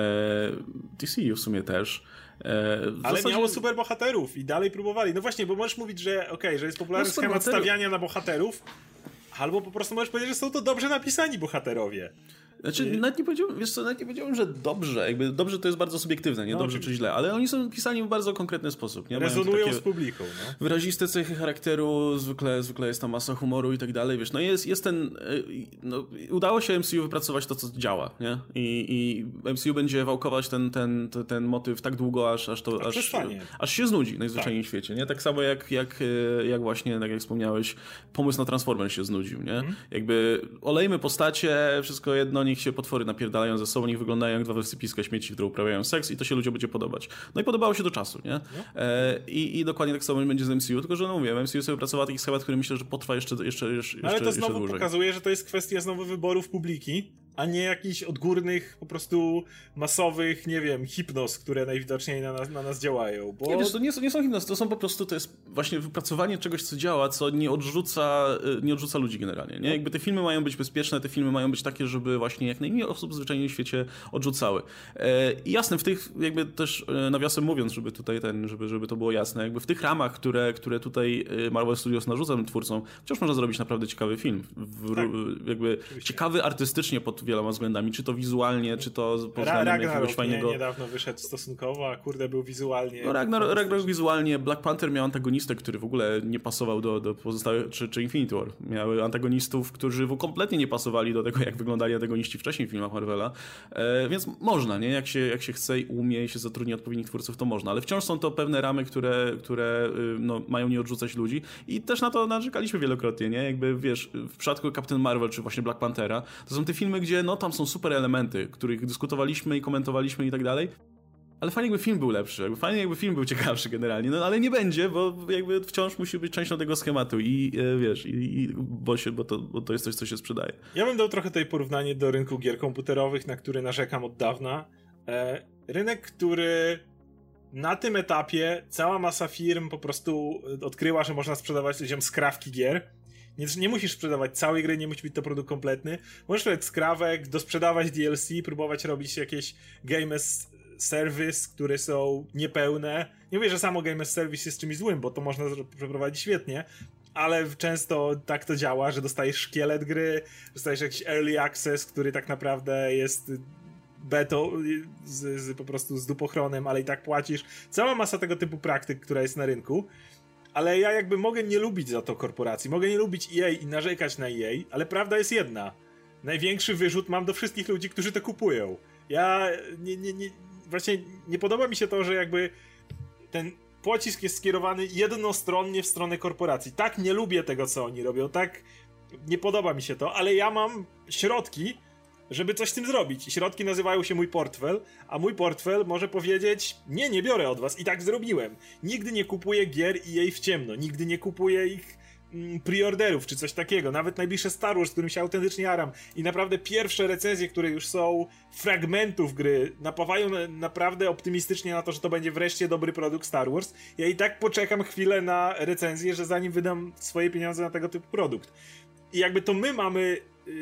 DCU w sumie też. Ale zasadzie... miało super bohaterów i dalej próbowali. No właśnie, bo możesz mówić, że że jest popularny schemat stawiania na bohaterów, albo po prostu możesz powiedzieć, że są to dobrze napisani bohaterowie. Znaczy, nawet nie powiedziałem, że dobrze. Jakby dobrze to jest bardzo subiektywne, nie dobrze czy źle, ale oni są pisani w bardzo konkretny sposób. Nie? Rezonują z publiką. No. Wyraziste cechy charakteru, zwykle jest tam masa humoru i tak dalej, wiesz, no jest ten, no, udało się MCU wypracować to, co działa, nie? I MCU będzie wałkować ten motyw tak długo, aż się znudzi najzwyczajniej w świecie, nie? Tak samo jak właśnie, tak jak wspomniałeś, pomysł na Transformers się znudził, nie? Jakby olejmy postacie, wszystko jedno, niech się potwory napierdalają ze sobą, niech wyglądają jak dwa wysypiska śmieci, które uprawiają seks i to się ludziom będzie podobać. No i podobało się do czasu, nie? I dokładnie tak samo będzie z MCU, tylko że no mówię, MCU sobie pracowała taki schemat, który myślę, że potrwa jeszcze ale to znowu dłużej. Pokazuje, że to jest kwestia znowu wyborów publiki, a nie jakichś odgórnych, po prostu masowych, nie wiem, hipnoz, które najwidoczniej na nas działają. Bo... Nie, wiesz, to nie są hipnoz, to są po prostu, to jest właśnie wypracowanie czegoś, co działa, co nie odrzuca ludzi generalnie, nie? Jakby te filmy mają być bezpieczne, te filmy mają być takie, żeby właśnie jak najmniej osób zwyczajnie w świecie odrzucały. I jasne, w tych, jakby też nawiasem mówiąc, żeby tutaj żeby to było jasne, jakby w tych ramach, które tutaj Marvel Studios narzuca tym twórcom, wciąż można zrobić naprawdę ciekawy film. Jakby ciekawy artystycznie pod wieloma względami, czy to wizualnie, czy to pod względem jakiegoś fajnego... niedawno wyszedł stosunkowo, a kurde był wizualnie... No, Ragnarok wizualnie, Black Panther miał antagonistę, który w ogóle nie pasował do pozostałych, czy Infinity War. Miały antagonistów, którzy kompletnie nie pasowali do tego, jak wyglądali antagoniści wcześniej w filmach Marvela, więc można, nie? Jak się chce i umie i się zatrudni odpowiednich twórców, to można, ale wciąż są to pewne ramy, które no, mają nie odrzucać ludzi i też na to narzekaliśmy wielokrotnie, nie? Jakby, wiesz, w przypadku Captain Marvel, czy właśnie Black Panthera, to są te filmy, gdzie no tam są super elementy, których dyskutowaliśmy i komentowaliśmy i tak dalej, ale fajnie jakby film był lepszy, fajnie jakby film był ciekawszy generalnie, no ale nie będzie, bo jakby wciąż musi być częścią tego schematu i wiesz, bo to jest coś, co się sprzedaje. Ja bym dał trochę tutaj porównanie do rynku gier komputerowych, na który narzekam od dawna. Rynek, który na tym etapie cała masa firm po prostu odkryła, że można sprzedawać ludziom skrawki gier. Nie musisz sprzedawać całej gry, nie musi być to produkt kompletny. Możesz sprzedać skrawek, dosprzedawać DLC, próbować robić jakieś game as service, które są niepełne. Nie mówię, że samo game as service jest czymś złym, bo to można przeprowadzić świetnie, ale często tak to działa, że dostajesz szkielet gry, dostajesz jakiś early access, który tak naprawdę jest beto po prostu z dupochronem, ale i tak płacisz. Cała masa tego typu praktyk, która jest na rynku. Ale ja jakby mogę nie lubić za to korporacji, mogę nie lubić EA i narzekać na EA, ale prawda jest jedna. Największy wyrzut mam do wszystkich ludzi, którzy to kupują. Ja właśnie nie podoba mi się to, że jakby ten pocisk jest skierowany jednostronnie w stronę korporacji. Tak nie lubię tego, co oni robią, tak nie podoba mi się to, ale ja mam środki, żeby coś z tym zrobić. I środki nazywają się mój portfel, a mój portfel może powiedzieć: nie biorę od was i tak zrobiłem. Nigdy nie kupuję gier EA w ciemno, nigdy nie kupuję ich preorderów czy coś takiego. Nawet najbliższe Star Wars, z którym się autentycznie jaram i naprawdę pierwsze recenzje, które już są fragmentów gry, napawają naprawdę optymistycznie na to, że to będzie wreszcie dobry produkt Star Wars. Ja i tak poczekam chwilę na recenzję, że zanim wydam swoje pieniądze na tego typu produkt. I jakby to my mamy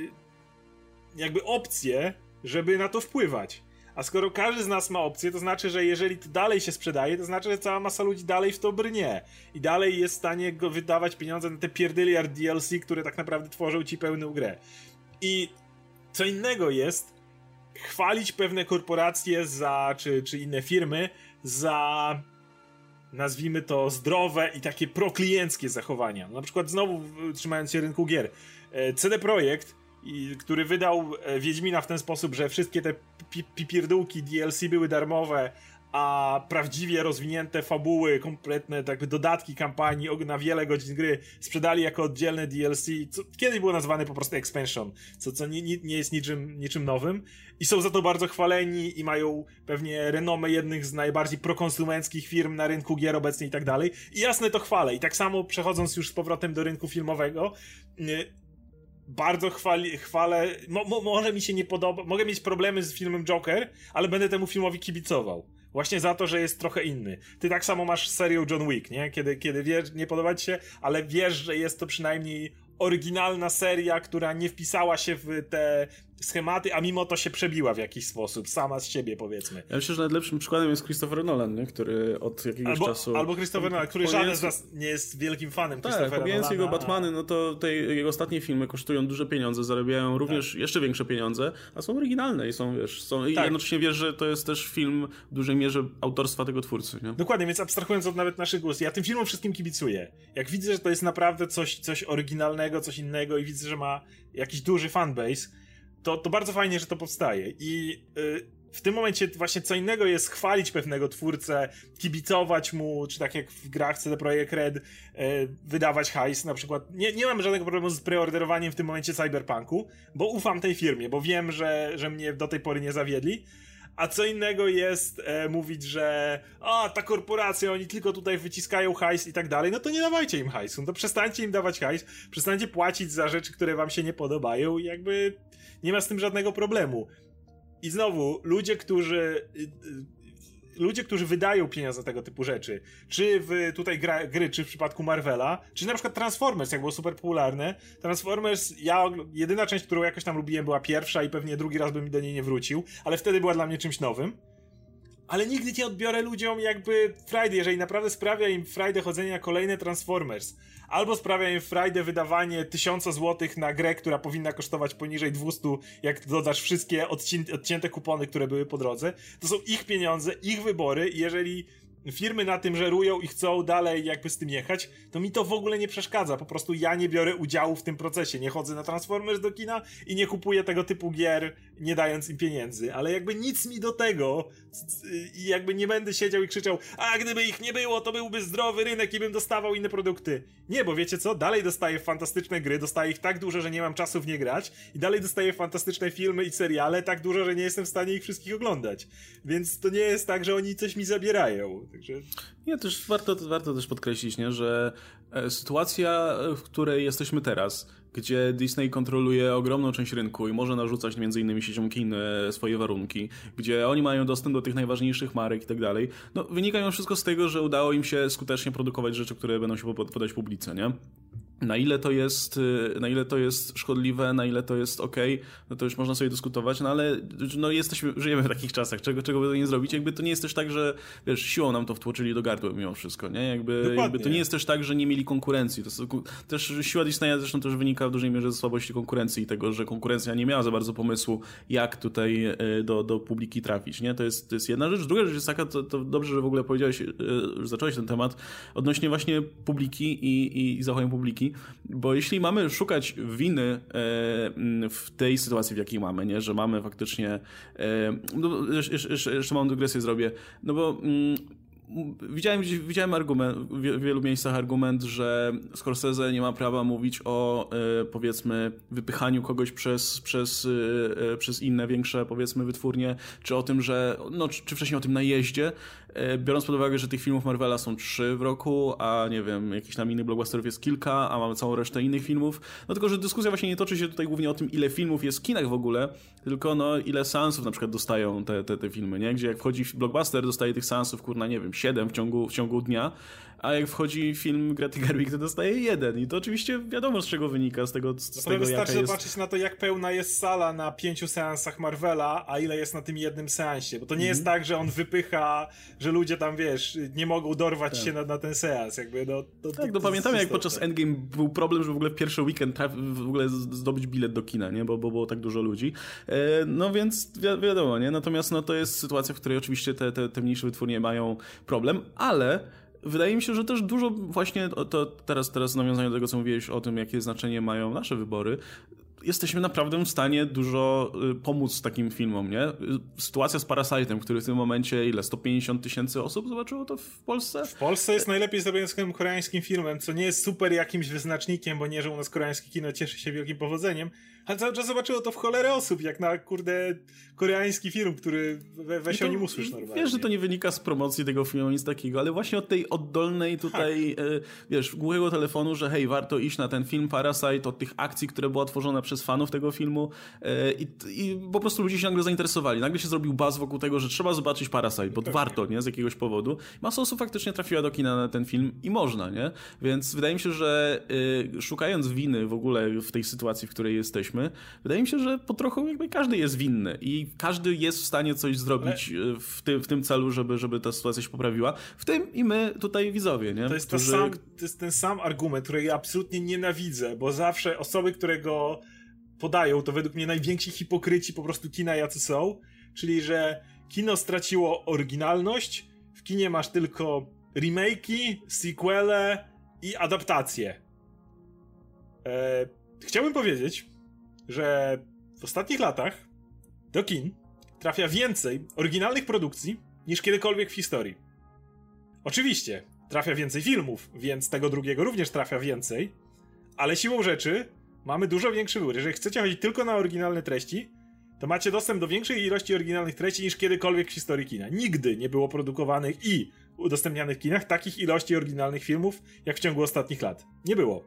jakby opcję, żeby na to wpływać. A skoro każdy z nas ma opcję, to znaczy, że jeżeli to dalej się sprzedaje, to znaczy, że cała masa ludzi dalej w to brnie. I dalej jest w stanie go wydawać pieniądze na te pierdyliard DLC, które tak naprawdę tworzą ci pełną grę. I co innego jest chwalić pewne korporacje czy inne firmy za, nazwijmy to, zdrowe i takie proklienckie zachowania. Na przykład znowu trzymając się rynku gier. CD Projekt, który wydał Wiedźmina w ten sposób, że wszystkie te pierdółki DLC były darmowe, a prawdziwie rozwinięte fabuły, kompletne jakby dodatki kampanii na wiele godzin gry sprzedali jako oddzielne DLC, co kiedyś było nazwane po prostu expansion, co nie jest niczym nowym i są za to bardzo chwaleni i mają pewnie renomę jednych z najbardziej prokonsumenckich firm na rynku gier obecnie i tak dalej. I jasne, to chwalę. I tak samo przechodząc już z powrotem do rynku filmowego, bardzo chwalę, może mi się nie podoba, mogę mieć problemy z filmem Joker, ale będę temu filmowi kibicował. Właśnie za to, że jest trochę inny. Ty tak samo masz z serią John Wick, nie? Kiedy wiesz, nie podoba ci się, ale wiesz, że jest to przynajmniej oryginalna seria, która nie wpisała się w te schematy, a mimo to się przebiła w jakiś sposób, sama z siebie, powiedzmy. Ja myślę, że najlepszym przykładem jest Christopher Nolan, nie? Który od jakiegoś czasu... Albo Christopher Nolan, który żaden z nas nie jest wielkim fanem Christophera Nolana. Pomijając jego Batmany, no to te jego ostatnie filmy kosztują duże pieniądze, zarabiają również jeszcze większe pieniądze, a są oryginalne i są, wiesz, i jednocześnie wiesz, że to jest też film w dużej mierze autorstwa tego twórcy, nie? Dokładnie, więc abstrahując od nawet naszych głosów, ja tym filmom wszystkim kibicuję. Jak widzę, że to jest naprawdę coś oryginalnego, coś innego i widzę, że ma jakiś duży fanbase, to bardzo fajnie, że to powstaje. I w tym momencie właśnie co innego jest chwalić pewnego twórcę, kibicować mu, czy tak jak w grach CD Projekt Red, wydawać hajs. Na przykład nie mam żadnego problemu z preorderowaniem w tym momencie Cyberpunku, bo ufam tej firmie, bo wiem, że mnie do tej pory nie zawiedli. A co innego jest mówić, że ta korporacja, oni tylko tutaj wyciskają hajs i tak dalej, no to nie dawajcie im hajsu, no to przestańcie im dawać hajs, przestańcie płacić za rzeczy, które wam się nie podobają i jakby nie ma z tym żadnego problemu. I znowu, ludzie, którzy wydają pieniądze na tego typu rzeczy, czy w tutaj gry, czy w przypadku Marvela, czy na przykład Transformers, jak było super popularne. Transformers, jedyna część, którą jakoś tam lubiłem, była pierwsza i pewnie drugi raz bym do niej nie wrócił, ale wtedy była dla mnie czymś nowym. Ale nigdy nie odbiorę ludziom jakby frajdy, jeżeli naprawdę sprawia im frajdę chodzenie na kolejne Transformers, albo sprawia im frajdę wydawanie 1000 złotych na grę, która powinna kosztować poniżej 200, jak dodasz wszystkie odcięte kupony, które były po drodze. To są ich pieniądze, ich wybory i jeżeli firmy na tym żerują i chcą dalej jakby z tym jechać, to mi to w ogóle nie przeszkadza. Po prostu ja nie biorę udziału w tym procesie. Nie chodzę na Transformers do kina i nie kupuję tego typu gier, nie dając im pieniędzy. Ale jakby nic mi do tego i jakby nie będę siedział i krzyczał, a gdyby ich nie było, to byłby zdrowy rynek i bym dostawał inne produkty. Nie, bo wiecie co? Dalej dostaję fantastyczne gry, dostaję ich tak dużo, że nie mam czasu w nie grać i dalej dostaję fantastyczne filmy i seriale tak dużo, że nie jestem w stanie ich wszystkich oglądać. Więc to nie jest tak, że oni coś mi zabierają. Także... Nie, też warto też podkreślić, nie, że sytuacja, w której jesteśmy teraz, gdzie Disney kontroluje ogromną część rynku i może narzucać między innymi sieciom kin swoje warunki, gdzie oni mają dostęp do tych najważniejszych marek i tak dalej, no wynikają wszystko z tego, że udało im się skutecznie produkować rzeczy, które będą się podać publice, nie? Na ile to jest szkodliwe, na ile to jest okej, no to już można sobie dyskutować, no ale no żyjemy w takich czasach, czego by nie zrobić, jakby to nie jest też tak, że wiesz, siłą nam to wtłoczyli do gardła mimo wszystko, nie? Jakby to nie jest też tak, że nie mieli konkurencji. Też siła Disneya zresztą też wynika w dużej mierze ze słabości konkurencji i tego, że konkurencja nie miała za bardzo pomysłu, jak tutaj do publiki trafić, nie? To jest jedna rzecz. Druga rzecz jest taka, to dobrze, że w ogóle powiedziałeś, że zacząłeś ten temat, odnośnie właśnie publiki i zachowań publiki. Bo jeśli mamy szukać winy w tej sytuacji, w jakiej mamy, nie, że mamy faktycznie... Jeszcze małą dygresję zrobię. No bo widziałem argument, w wielu miejscach argument, że Scorsese nie ma prawa mówić o powiedzmy wypychaniu kogoś przez inne większe powiedzmy wytwórnie, czy o tym, że czy wcześniej o tym najeździe, biorąc pod uwagę, że tych filmów Marvela są 3 w roku, a nie wiem, jakichś tam innych blockbusterów jest kilka, a mamy całą resztę innych filmów, no tylko, że dyskusja właśnie nie toczy się tutaj głównie o tym, ile filmów jest w kinach w ogóle, tylko ile seansów na przykład dostają te filmy, nie? Gdzie jak wchodzi blockbuster, dostaje tych seansów, nie wiem, 7 w ciągu dnia, a jak wchodzi film Grety Gerwig, to dostaje 1 i to oczywiście wiadomo, z czego wynika, z tego wystarczy zobaczyć na to, jak pełna jest sala na 5 seansach Marvela, a ile jest na tym jednym seansie, bo to nie jest tak, że on wypycha, że ludzie tam, wiesz, nie mogą dorwać się na ten seans, jakby, pamiętamy, jak podczas Endgame był problem, żeby w ogóle w pierwszy weekend w ogóle zdobyć bilet do kina, nie, bo było tak dużo ludzi, no więc wiadomo, nie, natomiast to jest sytuacja, w której oczywiście te mniejsze wytwórnie mają problem, ale wydaje mi się, że też dużo właśnie, to teraz w nawiązaniu do tego, co mówiłeś o tym, jakie znaczenie mają nasze wybory, jesteśmy naprawdę w stanie dużo pomóc takim filmom, nie? Sytuacja z Parasite'em, który w tym momencie 150 000 osób zobaczyło to w Polsce? W Polsce jest najlepiej zrobionym koreańskim filmem, co nie jest super jakimś wyznacznikiem, bo nie, że u nas koreańskie kino cieszy się wielkim powodzeniem, ale cały czas zobaczyło to w cholerę osób, jak na koreański film, który weź o nim usłysz normalnie. Wiesz, że to nie wynika z promocji tego filmu, nic takiego, ale właśnie od tej oddolnej tutaj, wiesz, głuchego telefonu, że hej, warto iść na ten film Parasite, od tych akcji, które była tworzona przez fanów tego filmu i po prostu ludzie się nagle zainteresowali. Nagle się zrobił buzz wokół tego, że trzeba zobaczyć Parasite, bo warto, nie? Z jakiegoś powodu. Masa osób faktycznie trafiła do kina na ten film i można, nie? Więc wydaje mi się, że szukając winy w ogóle w tej sytuacji, w której jesteśmy, wydaje mi się, że po trochu jakby każdy jest winny i każdy jest w stanie coś zrobić w tym celu, żeby ta sytuacja się poprawiła. W tym i my tutaj widzowie, nie? To jest, to jest ten sam argument, który ja absolutnie nienawidzę, bo zawsze osoby, które go podają, to według mnie najwięksi hipokryci po prostu kina jacy są, czyli że kino straciło oryginalność, w kinie masz tylko remake'i, sequele i adaptacje. Chciałbym powiedzieć, że w ostatnich latach do kin trafia więcej oryginalnych produkcji niż kiedykolwiek w historii. Oczywiście, trafia więcej filmów, więc tego drugiego również trafia więcej, ale siłą rzeczy mamy dużo większy wybór. Jeżeli chcecie chodzić tylko na oryginalne treści, to macie dostęp do większej ilości oryginalnych treści niż kiedykolwiek w historii kina. Nigdy nie było produkowanych i udostępnianych w kinach takich ilości oryginalnych filmów, jak w ciągu ostatnich lat. Nie było.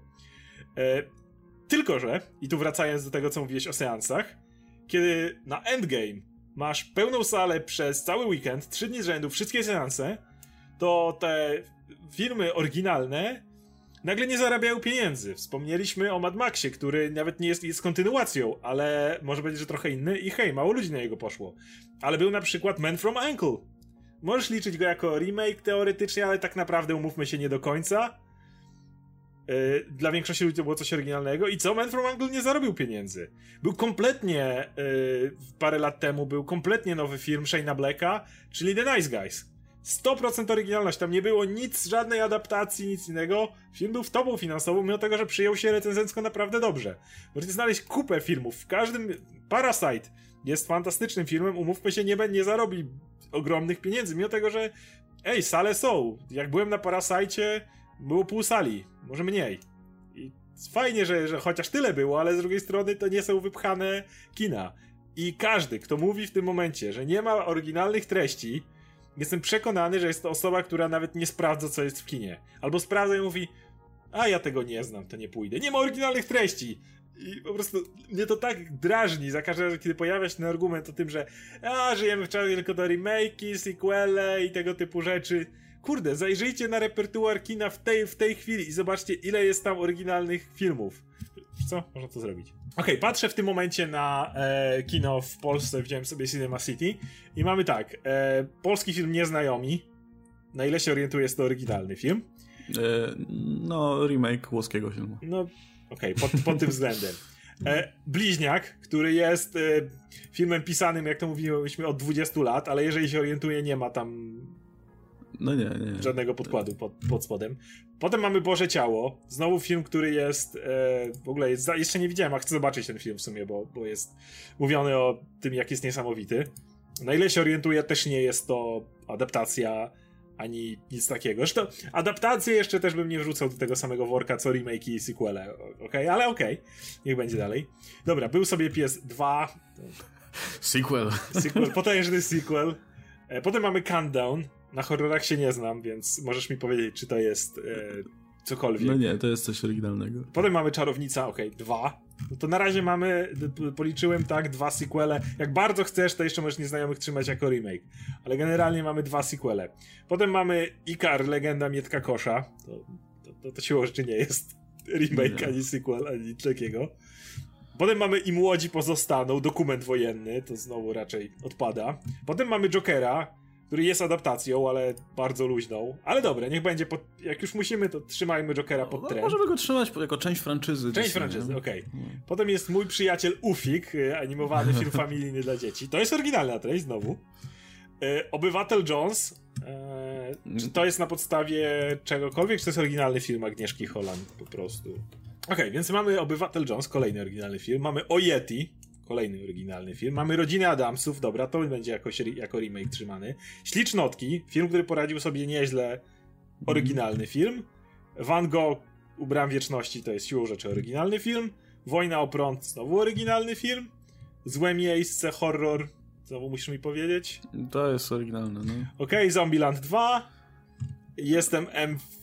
Tylko że, i tu wracając do tego, co mówiłeś o seansach, kiedy na Endgame masz pełną salę przez cały weekend, 3 dni z rzędu, wszystkie seanse, to te filmy oryginalne nagle nie zarabiają pieniędzy. Wspomnieliśmy o Mad Maxie, który nawet nie jest kontynuacją, ale może będzie, że trochę inny i hej, mało ludzi na niego poszło. Ale był na przykład Man from U.N.C.L.E. Możesz liczyć go jako remake teoretycznie, ale tak naprawdę umówmy się nie do końca. Dla większości ludzi to było coś oryginalnego. I co? Man from U.N.C.L.E. nie zarobił pieniędzy. Był kompletnie, parę lat temu był kompletnie nowy film Shane'a Blacka, czyli The Nice Guys. 100% oryginalność, tam nie było nic, żadnej adaptacji, nic innego. Film był wtopą finansową, mimo tego, że przyjął się recenzencko naprawdę dobrze. Możecie znaleźć kupę filmów, w każdym... Parasite jest fantastycznym filmem, umówmy się, nie zarobi ogromnych pieniędzy, mimo tego, że sale są. Jak byłem na Parasite, było pół sali, może mniej. I fajnie, że chociaż tyle było, ale z drugiej strony to nie są wypchane kina. I każdy, kto mówi w tym momencie, że nie ma oryginalnych treści, jestem przekonany, że jest to osoba, która nawet nie sprawdza, co jest w kinie. Albo sprawdza i mówi, a ja tego nie znam, to nie pójdę. Nie ma oryginalnych treści! I po prostu mnie to tak drażni za każdym razem, kiedy pojawia się ten argument o tym, że żyjemy w czasie tylko do remake'i, sequele i tego typu rzeczy. Kurde, zajrzyjcie na repertuar kina w tej chwili i zobaczcie, ile jest tam oryginalnych filmów. Co? Można to zrobić. Okej, patrzę w tym momencie na kino w Polsce, wziąłem sobie Cinema City i mamy tak, polski film Nieznajomi, na ile się orientuję, jest to oryginalny film. Remake włoskiego filmu. Pod tym względem. Bliźniak, który jest filmem pisanym, jak to mówiliśmy, od 20 lat, ale jeżeli się orientuję, nie ma tam nie. żadnego podkładu pod spodem. Potem mamy Boże Ciało, znowu film, który jest w ogóle jeszcze nie widziałem, a chcę zobaczyć ten film w sumie, bo jest mówiony o tym, jak jest niesamowity. Na ile się orientuję, też nie jest to adaptacja ani nic takiego. Zresztą adaptacje jeszcze też bym nie wrzucał do tego samego worka, co remake i sequele. Ale niech będzie dalej. Dobra, był sobie PS2. Sequel, potężny sequel. Potem mamy Countdown. Na horrorach się nie znam, więc możesz mi powiedzieć, czy to jest cokolwiek. No nie, to jest coś oryginalnego. Potem mamy Czarownica, 2. No to na razie mamy, policzyłem 2 sequele. Jak bardzo chcesz, to jeszcze możesz Nieznajomych trzymać jako remake. Ale generalnie mamy 2 sequele. Potem mamy Ikar, Legenda Mietka Kosza. To siłą rzeczy nie jest remake, ani sequel, ani nic takiego. Potem mamy I młodzi pozostaną, dokument wojenny, to znowu raczej odpada. Potem mamy Jokera, który jest adaptacją, ale bardzo luźną. Ale dobra, niech będzie, jak już musimy, to trzymajmy Jokera pod trend. Możemy go trzymać jako część franczyzy. Część franczyzy, okej. Potem jest Mój przyjaciel Ufik, animowany film familijny dla dzieci. To jest oryginalna treść, znowu. Obywatel Jones. Czy to jest na podstawie czegokolwiek, czy to jest oryginalny film Agnieszki Holland po prostu? Więc mamy Obywatel Jones, kolejny oryginalny film. Mamy O Yeti, kolejny oryginalny film. Mamy Rodzinę Adamsów, dobra, to będzie jako remake trzymany. Ślicznotki, film, który poradził sobie nieźle, oryginalny film. Van Gogh u Bram Wieczności, to jest siłą rzeczy oryginalny film. Wojna o prąd, znowu oryginalny film. Złe miejsce, horror, znowu musisz mi powiedzieć. To jest oryginalne, no. Zombieland 2. Jestem M.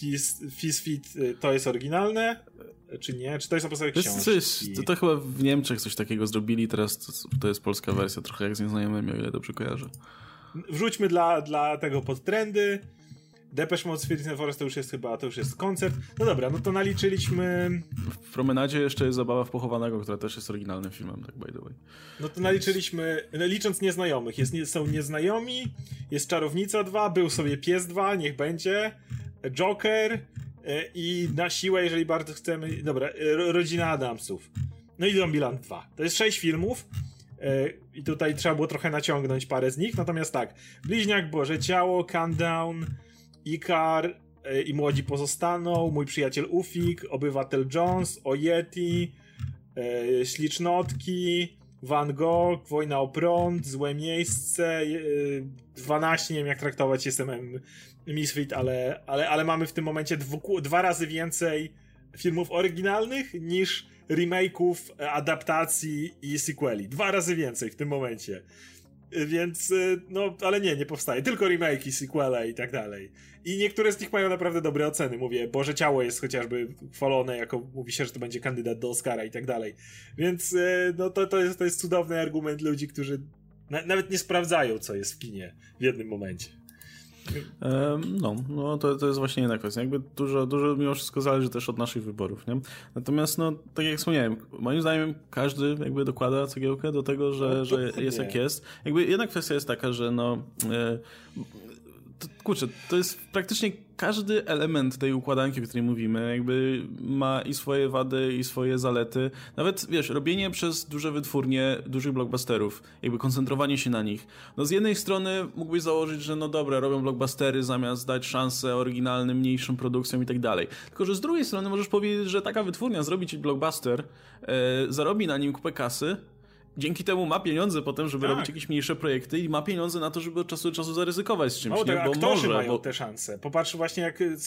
Fist Fit to jest oryginalne, czy nie? Czy to jest na podstawie książki? To chyba w Niemczech coś takiego zrobili, teraz to jest polska wersja, trochę jak z Nieznajomymi, o ile dobrze kojarzę. Wrzućmy dla tego pod trendy. Depeche Mode Spirit in the Forest to już jest koncert. No dobra, no to naliczyliśmy... W Promenadzie jeszcze jest Zabawa w Pochowanego, która też jest oryginalnym filmem, tak by the way. No to naliczyliśmy, licząc Nieznajomych, są Nieznajomi, jest Czarownica 2, był sobie Pies 2, niech będzie, Joker i na siłę, jeżeli bardzo chcemy, dobra, Rodzina Adamsów. No i Zombieland 2. To jest 6 filmów. I tutaj trzeba było trochę naciągnąć parę z nich, natomiast tak, Bliźniak, Boże Ciało, Countdown, Ikar i Młodzi pozostaną, Mój przyjaciel Ufik, Obywatel Jones, O Yeti, Ślicznotki, Van Gogh, Wojna o prąd, Złe miejsce, 12, nie wiem jak traktować, jestem Misfit, ale mamy w tym momencie 2 razy więcej filmów oryginalnych niż remake'ów, adaptacji i sequeli. 2 razy więcej w tym momencie. Więc, no, ale nie powstaje. Tylko remake i sequele i tak dalej. I niektóre z nich mają naprawdę dobre oceny. Mówię, Boże Ciało jest chociażby chwalone, jako mówi się, że to będzie kandydat do Oscara i tak dalej. Więc, no, to jest cudowny argument ludzi, którzy nawet nie sprawdzają, co jest w kinie w jednym momencie. No to jest właśnie inna kwestia. Jakby dużo mimo wszystko zależy też od naszych wyborów, nie? Natomiast, no, tak jak wspomniałem, moim zdaniem każdy jakby dokłada cegiełkę do tego, że jest jak jest. Jakby jedna kwestia jest taka, że to jest praktycznie każdy element tej układanki, o której mówimy, jakby ma i swoje wady, i swoje zalety. Nawet, wiesz, robienie przez duże wytwórnie dużych blockbusterów, jakby koncentrowanie się na nich. No z jednej strony mógłbyś założyć, że no dobra, robią blockbustery zamiast dać szansę oryginalnym, mniejszym produkcjom i tak dalej. Tylko, że z drugiej strony możesz powiedzieć, że taka wytwórnia zrobi ci blockbuster, zarobi na nim kupę kasy, dzięki temu ma pieniądze potem, żeby robić jakieś mniejsze projekty i ma pieniądze na to, żeby od czasu do czasu zaryzykować z czymś. Bo aktorzy mają te szanse. Popatrz właśnie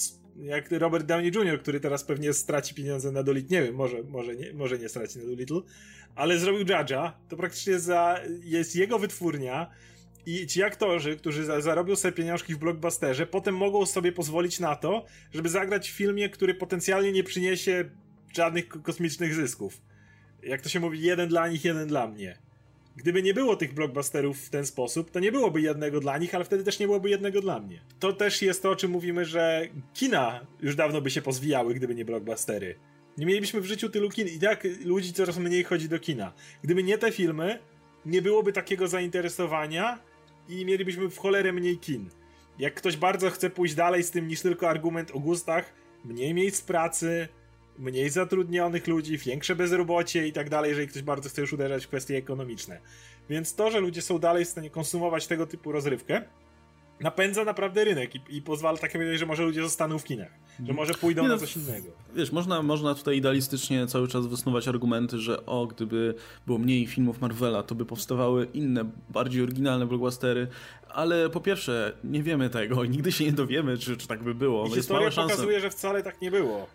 jak Robert Downey Jr., który teraz pewnie straci pieniądze na Dolittle. Nie wiem, może nie straci na Dolittle, ale zrobił Judge'a. To praktycznie jest jego wytwórnia i ci aktorzy, którzy zarobią sobie pieniążki w blockbusterze, potem mogą sobie pozwolić na to, żeby zagrać w filmie, który potencjalnie nie przyniesie żadnych kosmicznych zysków. Jak to się mówi, jeden dla nich, jeden dla mnie. Gdyby nie było tych blockbusterów w ten sposób, to nie byłoby jednego dla nich, ale wtedy też nie byłoby jednego dla mnie. To też jest to, o czym mówimy, że kina już dawno by się pozwijały, gdyby nie blockbustery. Nie mielibyśmy w życiu tylu kin i tak ludzi coraz mniej chodzi do kina. Gdyby nie te filmy, nie byłoby takiego zainteresowania i mielibyśmy w cholerę mniej kin. Jak ktoś bardzo chce pójść dalej z tym niż tylko argument o gustach, mniej miejsc pracy, mniej zatrudnionych ludzi, większe bezrobocie i tak dalej, jeżeli ktoś bardzo chce już uderzać w kwestie ekonomiczne. Więc to, że ludzie są dalej w stanie konsumować tego typu rozrywkę, napędza naprawdę rynek i pozwala tak powiedzieć, że może ludzie zostaną w kinach, że może pójdą na coś innego. Wiesz, można tutaj idealistycznie cały czas wysnuwać argumenty, że gdyby było mniej filmów Marvela, to by powstawały inne, bardziej oryginalne blockbustery, ale po pierwsze, nie wiemy tego i nigdy się nie dowiemy, czy tak by było. I historia pokazuje, że wcale tak nie było.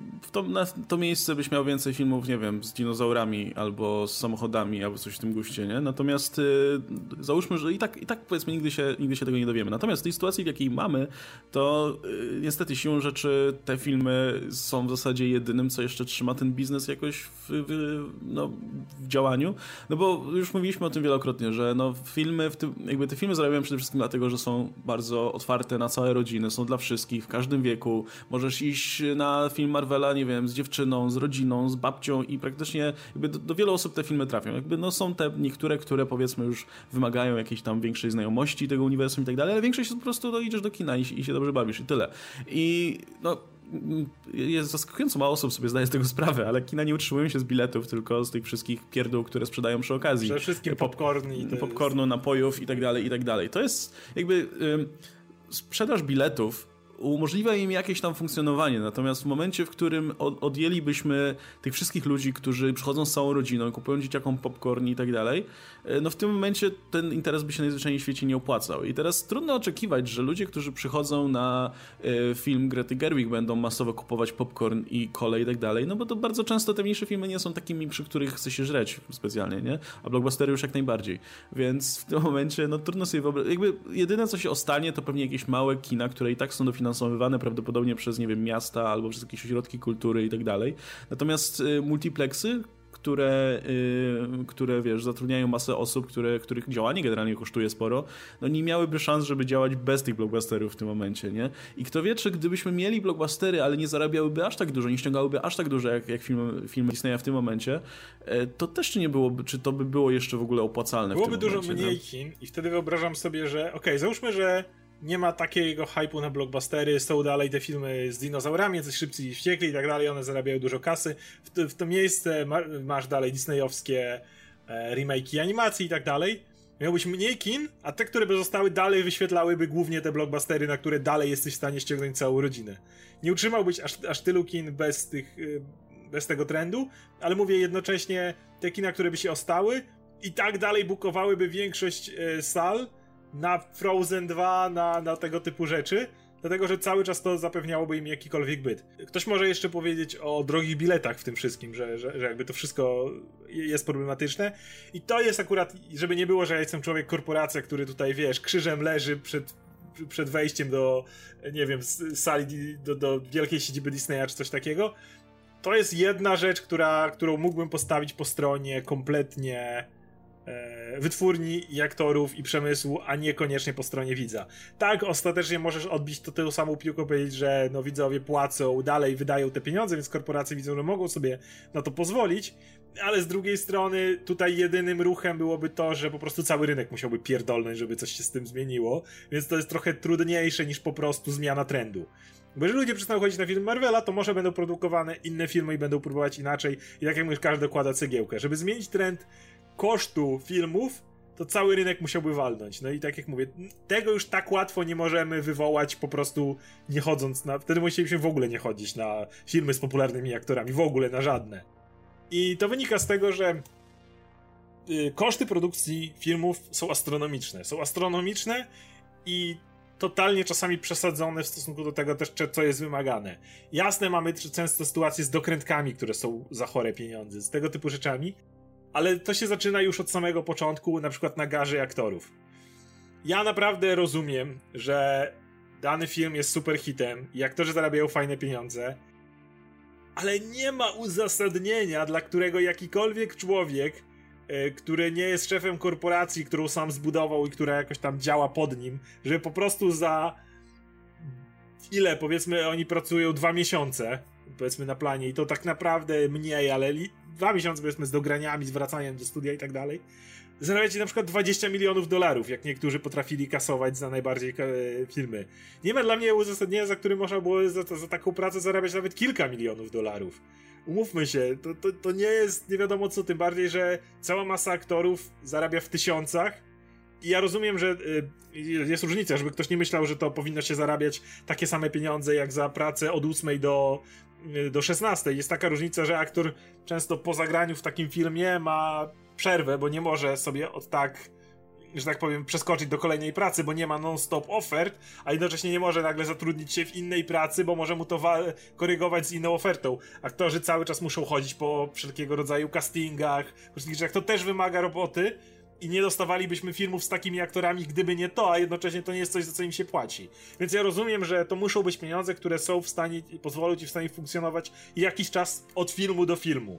Na to miejsce byś miał więcej filmów, nie wiem, z dinozaurami, albo z samochodami, albo coś w tym guście, nie? Natomiast załóżmy, że i tak powiedzmy nigdy się tego nie dowiemy. Natomiast w tej sytuacji, w jakiej mamy, to niestety siłą rzeczy te filmy są w zasadzie jedynym, co jeszcze trzyma ten biznes jakoś w działaniu. No bo już mówiliśmy o tym wielokrotnie, że te filmy zarabiają przede wszystkim dlatego, że są bardzo otwarte na całe rodziny, są dla wszystkich, w każdym wieku. Możesz iść na film Marvela, nie wiem, z dziewczyną, z rodziną, z babcią i praktycznie do wielu osób te filmy trafią. Są te niektóre, które powiedzmy już wymagają jakiejś tam większej znajomości tego uniwersum i tak dalej, ale większość po prostu idziesz do kina i się dobrze bawisz i tyle. I jest zaskakująco mało osób sobie zdaje z tego sprawę, ale kina nie utrzymują się z biletów, tylko z tych wszystkich pierdół, które sprzedają przy okazji. Przede wszystkim popcornu, napojów i tak dalej. To jest sprzedaż biletów umożliwia im jakieś tam funkcjonowanie, natomiast w momencie, w którym odjęlibyśmy tych wszystkich ludzi, którzy przychodzą z całą rodziną, kupują dzieciakom popcorn i tak dalej, no w tym momencie ten interes by się najzwyczajniej w świecie nie opłacał. I teraz trudno oczekiwać, że ludzie, którzy przychodzą na film Grety Gerwig, będą masowo kupować popcorn i kole i tak dalej, no bo to bardzo często te mniejsze filmy nie są takimi, przy których chce się żreć specjalnie, nie? A blockbustery już jak najbardziej. Więc w tym momencie, no trudno sobie wyobrazić, jedyne co się ostanie, to pewnie jakieś małe kina, które i tak są dofinansowane finansowywane prawdopodobnie przez, nie wiem, miasta albo przez jakieś ośrodki kultury i tak dalej. Natomiast multiplexy, które wiesz, zatrudniają masę osób, których działanie generalnie kosztuje sporo, no nie miałyby szans, żeby działać bez tych blockbusterów w tym momencie, nie? I kto wie, czy gdybyśmy mieli blockbustery, ale nie zarabiałyby aż tak dużo, nie ściągałyby aż tak dużo, jak filmy Disneya w tym momencie, to też czy to by było jeszcze w ogóle opłacalne w tym momencie? Byłoby dużo mniej kin i wtedy wyobrażam sobie, że załóżmy, że nie ma takiego hype'u na blockbustery, są dalej te filmy z dinozaurami, coś Szybcy i Wściekli i tak dalej, one zarabiają dużo kasy. W to miejsce masz dalej disneyowskie remake'i animacji i tak dalej. Miałbyś mniej kin, a te, które by zostały, dalej wyświetlałyby głównie te blockbustery, na które dalej jesteś w stanie ściągnąć całą rodzinę. Nie utrzymałbyś aż tylu kin bez tego trendu, ale mówię jednocześnie, te kina, które by się ostały i tak dalej bukowałyby większość sal na Frozen 2, na tego typu rzeczy, dlatego, że cały czas to zapewniałoby im jakikolwiek byt. Ktoś może jeszcze powiedzieć o drogich biletach w tym wszystkim, że jakby to wszystko jest problematyczne i to jest akurat, żeby nie było, że ja jestem człowiek korporacja, który tutaj, wiesz, krzyżem leży przed wejściem do, nie wiem, sali, do wielkiej siedziby Disneya czy coś takiego. To jest jedna rzecz, którą mógłbym postawić po stronie kompletnie wytwórni i aktorów i przemysłu, a niekoniecznie po stronie widza. Tak, ostatecznie możesz odbić to tę samą piłkę, powiedzieć, że no widzowie płacą, dalej wydają te pieniądze, więc korporacje widzą, że mogą sobie na to pozwolić, ale z drugiej strony tutaj jedynym ruchem byłoby to, że po prostu cały rynek musiałby pierdolnąć, żeby coś się z tym zmieniło, więc to jest trochę trudniejsze niż po prostu zmiana trendu. Bo jeżeli ludzie przestaną chodzić na film Marvela, to może będą produkowane inne filmy i będą próbować inaczej i tak jak mówisz, każdy dokłada cegiełkę. Żeby zmienić trend kosztu filmów, to cały rynek musiałby walnąć. No i tak jak mówię, tego już tak łatwo nie możemy wywołać po prostu nie chodząc na... Wtedy musielibyśmy w ogóle nie chodzić na filmy z popularnymi aktorami, w ogóle na żadne. I to wynika z tego, że koszty produkcji filmów są astronomiczne. Są astronomiczne i totalnie czasami przesadzone w stosunku do tego też, co jest wymagane. Jasne, mamy często sytuacje z dokrętkami, które są za chore pieniądze, z tego typu rzeczami, ale to się zaczyna już od samego początku, na przykład na garze aktorów. Ja naprawdę rozumiem, że dany film jest super hitem i aktorzy zarabiają fajne pieniądze, ale nie ma uzasadnienia, dla którego jakikolwiek człowiek, który nie jest szefem korporacji, którą sam zbudował i która jakoś tam działa pod nim, żeby po prostu za ile, powiedzmy, oni pracują 2 miesiące, powiedzmy na planie i to tak naprawdę mniej, ale 2 miesiące powiedzmy z dograniami, z wracaniem do studia i tak dalej, zarabiacie na przykład $20 milionów, jak niektórzy potrafili kasować za najbardziej filmy. Nie ma dla mnie uzasadnienia, za którym można było za taką pracę zarabiać nawet kilka milionów dolarów. Umówmy się, to nie jest nie wiadomo co, tym bardziej, że cała masa aktorów zarabia w tysiącach i ja rozumiem, że jest różnica, żeby ktoś nie myślał, że to powinno się zarabiać takie same pieniądze jak za pracę od 8 do 16. Jest taka różnica, że aktor często po zagraniu w takim filmie ma przerwę, bo nie może sobie że tak powiem, przeskoczyć do kolejnej pracy, bo nie ma non-stop ofert, a jednocześnie nie może nagle zatrudnić się w innej pracy, bo może mu to korygować z inną ofertą. Aktorzy cały czas muszą chodzić po wszelkiego rodzaju castingach, to też wymaga roboty i nie dostawalibyśmy filmów z takimi aktorami, gdyby nie to, a jednocześnie to nie jest coś, za co im się płaci. Więc ja rozumiem, że to muszą być pieniądze, które są w stanie, pozwolą ci w stanie funkcjonować jakiś czas od filmu do filmu.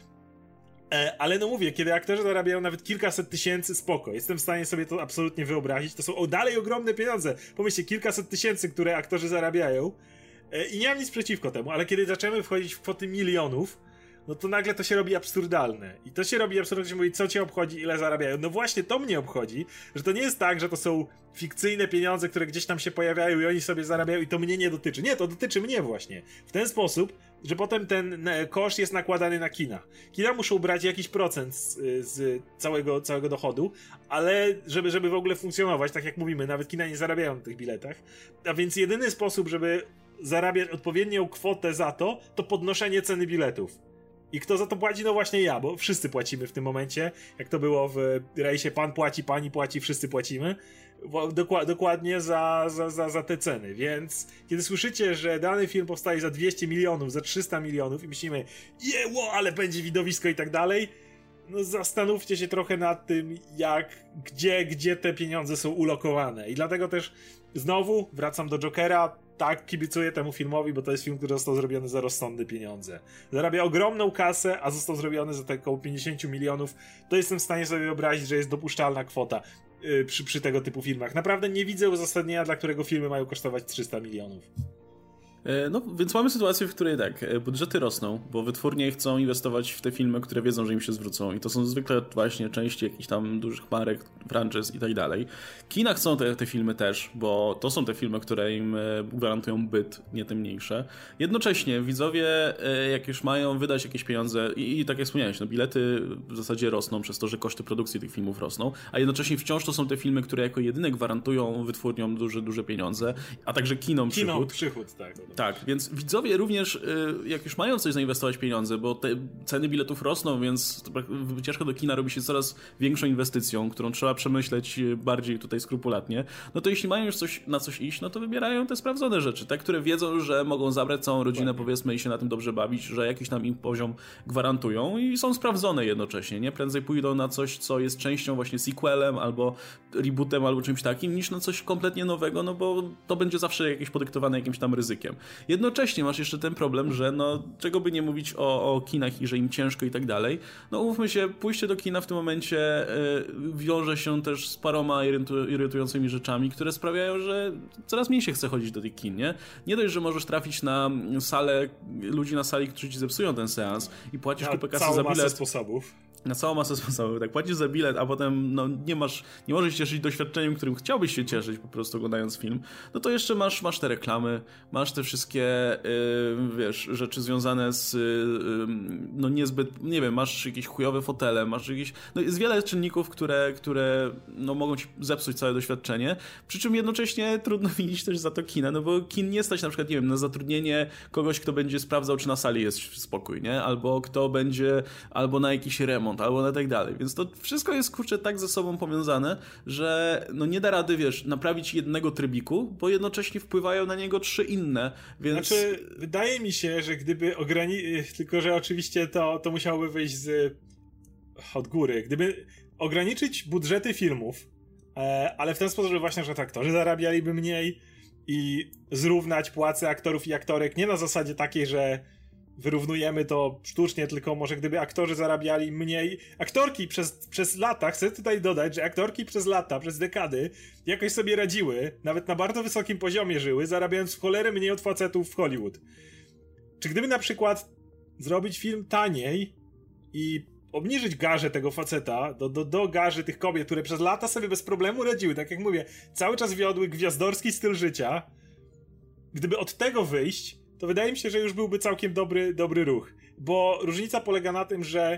Ale no mówię, kiedy aktorzy zarabiają nawet kilkaset tysięcy, spoko. Jestem w stanie sobie to absolutnie wyobrazić. To są dalej ogromne pieniądze. Pomyślcie, kilkaset tysięcy, które aktorzy zarabiają. I nie mam nic przeciwko temu, ale kiedy zaczynamy wchodzić w kwoty milionów, no to nagle to się robi absurdalne. I to się robi absurdalne, że mówi, co cię obchodzi, ile zarabiają. No właśnie to mnie obchodzi, że to nie jest tak, że to są fikcyjne pieniądze, które gdzieś tam się pojawiają i oni sobie zarabiają i to mnie nie dotyczy. Nie, to dotyczy mnie właśnie. W ten sposób, że potem ten koszt jest nakładany na kina. Kina muszą brać jakiś procent z całego dochodu, ale żeby w ogóle funkcjonować, tak jak mówimy, nawet kina nie zarabiają na tych biletach. A więc jedyny sposób, żeby zarabiać odpowiednią kwotę za to podnoszenie ceny biletów. I kto za to płaci? No właśnie ja, bo wszyscy płacimy w tym momencie. Jak to było w rejsie, pan płaci, pani płaci, wszyscy płacimy. Dokładnie za te ceny. Więc kiedy słyszycie, że dany film powstaje za 200 milionów, za 300 milionów i myślimy, ale będzie widowisko i tak dalej, no zastanówcie się trochę nad tym, gdzie te pieniądze są ulokowane. I dlatego też znowu wracam do Jokera. tak, kibicuję temu filmowi, bo to jest film, który został zrobiony za rozsądne pieniądze. Zarabia ogromną kasę, a został zrobiony za około 50 milionów. To jestem w stanie sobie wyobrazić, że jest dopuszczalna kwota przy tego typu filmach. Naprawdę nie widzę uzasadnienia, dla którego filmy mają kosztować 300 milionów. No, więc mamy sytuację, w której tak, budżety rosną, bo wytwórnie chcą inwestować w te filmy, które wiedzą, że im się zwrócą i to są zwykle właśnie części jakichś tam dużych marek, franczyz i tak dalej. Kina chcą te filmy też, bo to są te filmy, które im gwarantują byt, nie te mniejsze. Jednocześnie widzowie, jak już mają wydać jakieś pieniądze i tak jak wspomniałeś, no bilety w zasadzie rosną przez to, że koszty produkcji tych filmów rosną, a jednocześnie wciąż to są te filmy, które jako jedyne gwarantują wytwórniom duże pieniądze, a także kinom przychód, tak. Tak, więc widzowie również, jak już mają coś zainwestować pieniądze, bo te ceny biletów rosną, więc wycieczka do kina robi się coraz większą inwestycją, którą trzeba przemyśleć bardziej tutaj skrupulatnie, no to jeśli mają już na coś iść, no to wybierają te sprawdzone rzeczy, te, które wiedzą, że mogą zabrać całą rodzinę, powiedzmy, i się na tym dobrze bawić, że jakiś tam im poziom gwarantują i są sprawdzone jednocześnie, nie? Prędzej pójdą na coś, co jest częścią właśnie sequelem, albo rebootem, albo czymś takim, niż na coś kompletnie nowego, no bo to będzie zawsze jakieś podyktowane jakimś tam ryzykiem. Jednocześnie masz jeszcze ten problem, że no, czego by nie mówić o kinach i że im ciężko i tak dalej, no umówmy się, pójście do kina w tym momencie wiąże się też z paroma irytującymi rzeczami, które sprawiają, że coraz mniej się chce chodzić do tych kin, nie? Nie dość, że możesz trafić na salę, ludzi na sali, którzy ci zepsują ten seans i płacisz kupę kasy za bilet. Na całą masę sposobów, tak, płacisz za bilet, a potem no, nie możesz się cieszyć doświadczeniem, którym chciałbyś się cieszyć po prostu oglądając film, no to jeszcze masz te reklamy, masz te wszystkie wiesz, rzeczy związane z no niezbyt, nie wiem, masz jakieś chujowe fotele, masz jakieś, no jest wiele czynników, które no mogą ci zepsuć całe doświadczenie, przy czym jednocześnie trudno widzieć też za to kina, no bo kin nie stać na przykład, nie wiem, na zatrudnienie kogoś, kto będzie sprawdzał, czy na sali jest spokój, nie? Albo kto będzie, albo na jakiś remont, albo na tak dalej. Więc to wszystko jest, kurczę, tak ze sobą powiązane, że no nie da rady, wiesz, naprawić jednego trybiku, bo jednocześnie wpływają na niego 3 inne, więc... Znaczy, wydaje mi się, że gdyby tylko że oczywiście to musiałoby wyjść od góry. Gdyby ograniczyć budżety filmów, ale w ten sposób, że właśnie, że aktorzy zarabialiby mniej i zrównać płace aktorów i aktorek nie na zasadzie takiej, że wyrównujemy to sztucznie, tylko może gdyby aktorzy zarabiali mniej. Aktorki przez lata, chcę tutaj dodać, że aktorki przez lata, przez dekady jakoś sobie radziły, nawet na bardzo wysokim poziomie żyły, zarabiając w cholerę mniej od facetów w Hollywood. Czy gdyby na przykład zrobić film taniej i obniżyć garzę tego faceta do garzy tych kobiet, które przez lata sobie bez problemu radziły, tak jak mówię, cały czas wiodły gwiazdorski styl życia, gdyby od tego wyjść, to wydaje mi się, że już byłby całkiem dobry ruch. Bo różnica polega na tym, że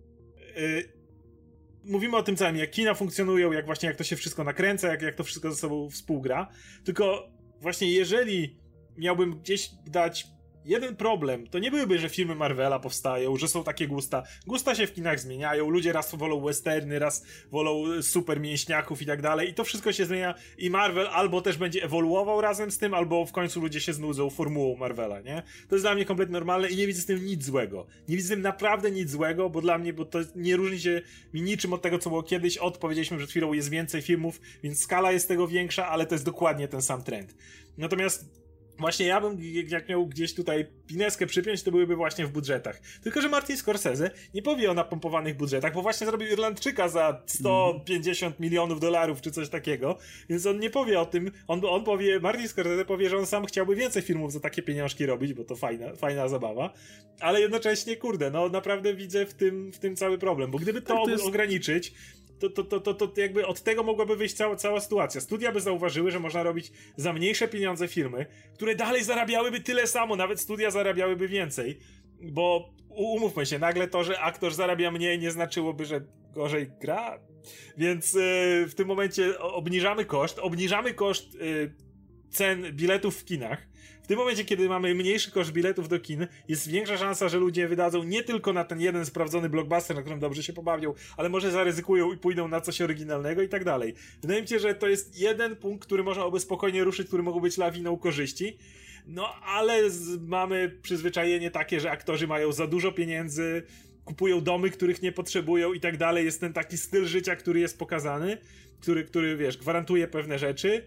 mówimy o tym całym, jak kina funkcjonują, jak to się wszystko nakręca, jak to wszystko ze sobą współgra. Tylko właśnie jeżeli miałbym gdzieś dać jeden problem, to nie byłby, że filmy Marvela powstają, że są takie gusta. Gusta się w kinach zmieniają, ludzie raz wolą westerny, raz wolą super mięśniaków i tak dalej i to wszystko się zmienia i Marvel albo też będzie ewoluował razem z tym, albo w końcu ludzie się znudzą formułą Marvela, nie? To jest dla mnie kompletnie normalne i nie widzę z tym nic złego. Nie widzę z tym naprawdę nic złego, bo dla mnie, bo to nie różni się mi niczym od tego, co było kiedyś. Powiedzieliśmy przed chwilą, jest więcej filmów, więc skala jest tego większa, ale to jest dokładnie ten sam trend. Natomiast właśnie ja bym, jak miał gdzieś tutaj pineskę przypiąć, to byłyby właśnie w budżetach. Tylko że Martin Scorsese nie powie o napompowanych budżetach, bo właśnie zrobił Irlandczyka za 150 milionów dolarów, czy coś takiego, więc on nie powie o tym, on powie, Martin Scorsese powie, że on sam chciałby więcej filmów za takie pieniążki robić, bo to fajna zabawa, ale jednocześnie, kurde, no naprawdę widzę w tym cały problem, bo gdyby to ograniczyć, to jakby od tego mogłaby wyjść cała sytuacja. Studia by zauważyły, że można robić za mniejsze pieniądze filmy, które dalej zarabiałyby tyle samo, nawet studia zarabiałyby więcej, bo umówmy się, nagle to, że aktor zarabia mniej, nie znaczyłoby, że gorzej gra, więc w tym momencie obniżamy koszt cen biletów w kinach. W tym momencie, kiedy mamy mniejszy koszt biletów do kin, jest większa szansa, że ludzie wydadzą nie tylko na ten jeden sprawdzony blockbuster, na którym dobrze się pobawią, ale może zaryzykują i pójdą na coś oryginalnego i tak dalej. Wydaje mi się, że to jest jeden punkt, który można by spokojnie ruszyć, który mógł być lawiną korzyści. No, ale mamy przyzwyczajenie takie, że aktorzy mają za dużo pieniędzy, kupują domy, których nie potrzebują i tak dalej. Jest ten taki styl życia, który jest pokazany, który wiesz, gwarantuje pewne rzeczy.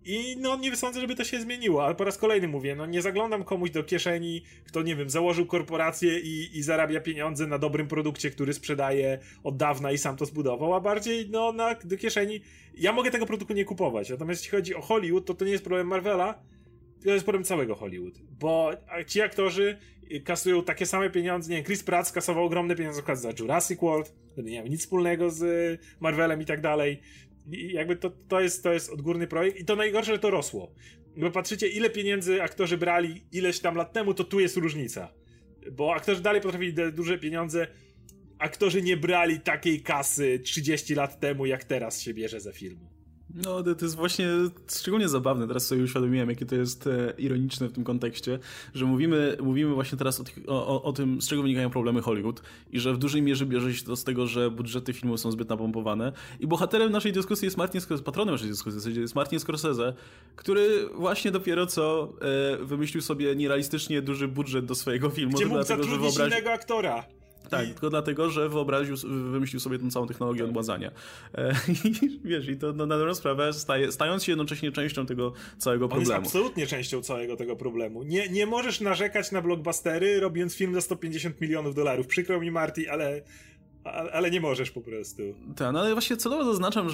I no nie sądzę, żeby to się zmieniło, ale po raz kolejny mówię, no nie zaglądam komuś do kieszeni, kto nie wiem, założył korporację i zarabia pieniądze na dobrym produkcie, który sprzedaje od dawna i sam to zbudował, a bardziej no do kieszeni. Ja mogę tego produktu nie kupować, natomiast jeśli chodzi o Hollywood, to nie jest problem Marvela, to jest problem całego Hollywood, bo ci aktorzy kasują takie same pieniądze, nie wiem, Chris Pratt skasował ogromne pieniądze na przykład za Jurassic World, nie miał nic wspólnego z Marvelem i tak dalej. I jakby to jest odgórny projekt i to najgorsze, że to rosło. Bo patrzycie, ile pieniędzy aktorzy brali ileś tam lat temu, to tu jest różnica. Bo aktorzy dalej potrafili dać duże pieniądze, aktorzy nie brali takiej kasy 30 lat temu, jak teraz się bierze za filmy. No, to jest właśnie szczególnie zabawne. Teraz sobie uświadomiłem, jakie to jest ironiczne w tym kontekście, że mówimy właśnie teraz o tym, z czego wynikają problemy Hollywood i że w dużej mierze bierze się to z tego, że budżety filmów są zbyt napompowane. I bohaterem naszej dyskusji jest Martin Scorsese, patronem naszej dyskusji w zasadzie jest Martin Scorsese, który właśnie dopiero co wymyślił sobie nierealistycznie duży budżet do swojego filmu. Gdzie mógł zatrudnić innego aktora. Tak, tylko dlatego, że wymyślił sobie tą całą technologię odmładzania. I wiesz, i to na dobrą sprawę stając się jednocześnie częścią tego całego problemu. On jest absolutnie częścią całego tego problemu. Nie możesz narzekać na blockbustery, robiąc film za $150 milionów. Przykro mi, Marty, ale nie możesz po prostu. Tak, no ale właśnie celowo zaznaczam,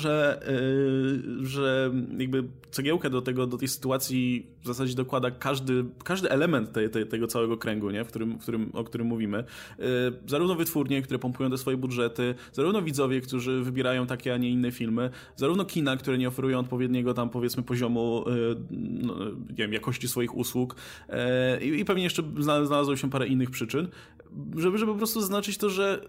że jakby cegiełkę do tej sytuacji w zasadzie dokłada każdy element tego całego kręgu, nie? O którym mówimy. Zarówno wytwórnie, które pompują te swoje budżety, zarówno widzowie, którzy wybierają takie, a nie inne filmy, zarówno kina, które nie oferują odpowiedniego tam powiedzmy poziomu nie wiem, jakości swoich usług i pewnie jeszcze znalazło się parę innych przyczyn, żeby po prostu zaznaczyć to, że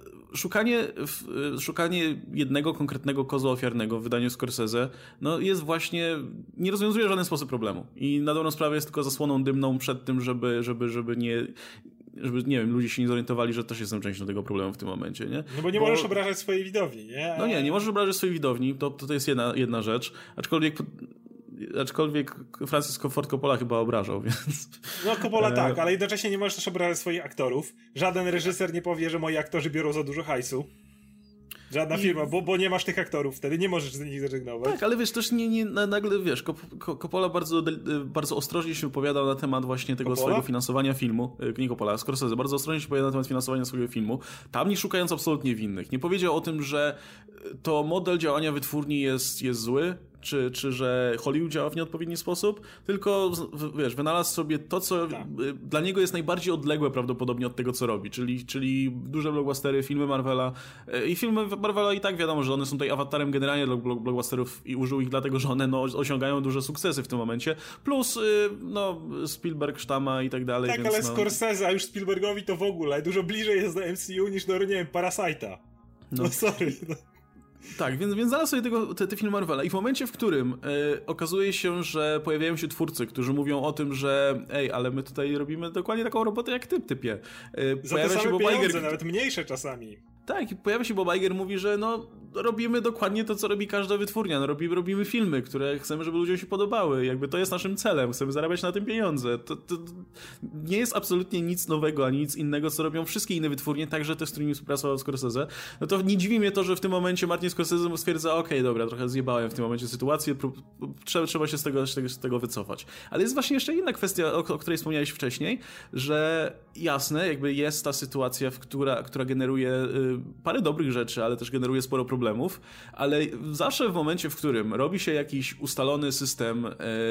szukanie jednego konkretnego kozła ofiarnego w wydaniu Scorsese jest właśnie, nie rozwiązuje w żaden sposób problemu i na dobrą sprawę jest tylko zasłoną dymną przed tym, żeby nie wiem, ludzie się nie zorientowali, że też jestem częścią tego problemu w tym momencie, nie? No bo nie możesz obrażać swojej widowni, nie? No nie możesz obrażać swojej widowni, to jest jedna rzecz, aczkolwiek Francis Ford Coppola chyba obrażał, więc... No Coppola tak, ale jednocześnie nie możesz też obrażać swoich aktorów. Żaden reżyser nie powie, że moi aktorzy biorą za dużo hajsu. Żadna firma, bo nie masz tych aktorów, wtedy nie możesz z nich zrezygnować. Tak, ale wiesz, też nagle, wiesz, Coppola bardzo ostrożnie się wypowiadał na temat właśnie tego swojego finansowania filmu. Nie Coppola, Scorsese bardzo ostrożnie się wypowiadał na temat finansowania swojego filmu. Tam nie szukając absolutnie winnych. Nie powiedział o tym, że to model działania wytwórni jest zły, czy że Hollywood działa w nieodpowiedni sposób, tylko wiesz, wynalazł sobie to, co dla niego jest najbardziej odległe prawdopodobnie od tego, co robi, czyli duże blockbustery, filmy Marvela i filmy Marvela i tak wiadomo, że one są tutaj awatarem generalnie dla blockbusterów i użył ich dlatego, że one osiągają duże sukcesy w tym momencie, plus Spielberg, Sztama i tak dalej. Tak, więc, ale Scorsese, a już Spielbergowi to w ogóle dużo bliżej jest do MCU niż do, nie wiem, Parasite'a. No sorry. Tak, więc znalazł sobie te filmy Marvela i w momencie, w którym okazuje się, że pojawiają się twórcy, którzy mówią o tym, że ale my tutaj robimy dokładnie taką robotę jak ty, typie. Za te same pieniądze, nawet mniejsze czasami. Tak, i pojawia się Bob Iger, mówi, że robimy dokładnie to, co robi każda wytwórnia. Robimy filmy, które chcemy, żeby ludziom się podobały. Jakby to jest naszym celem. Chcemy zarabiać na tym pieniądze. To nie jest absolutnie nic nowego, ani nic innego, co robią wszystkie inne wytwórnie, także te, z którymi współpracował Scorsese. No to nie dziwi mnie to, że w tym momencie Martin Scorsese stwierdza, okej, dobra, trochę zjebałem w tym momencie sytuację, trzeba się z tego wycofać. Ale jest właśnie jeszcze inna kwestia, o której wspomniałeś wcześniej, że jasne, jakby jest ta sytuacja, która generuje parę dobrych rzeczy, ale też generuje sporo problemów, ale zawsze w momencie, w którym robi się jakiś ustalony system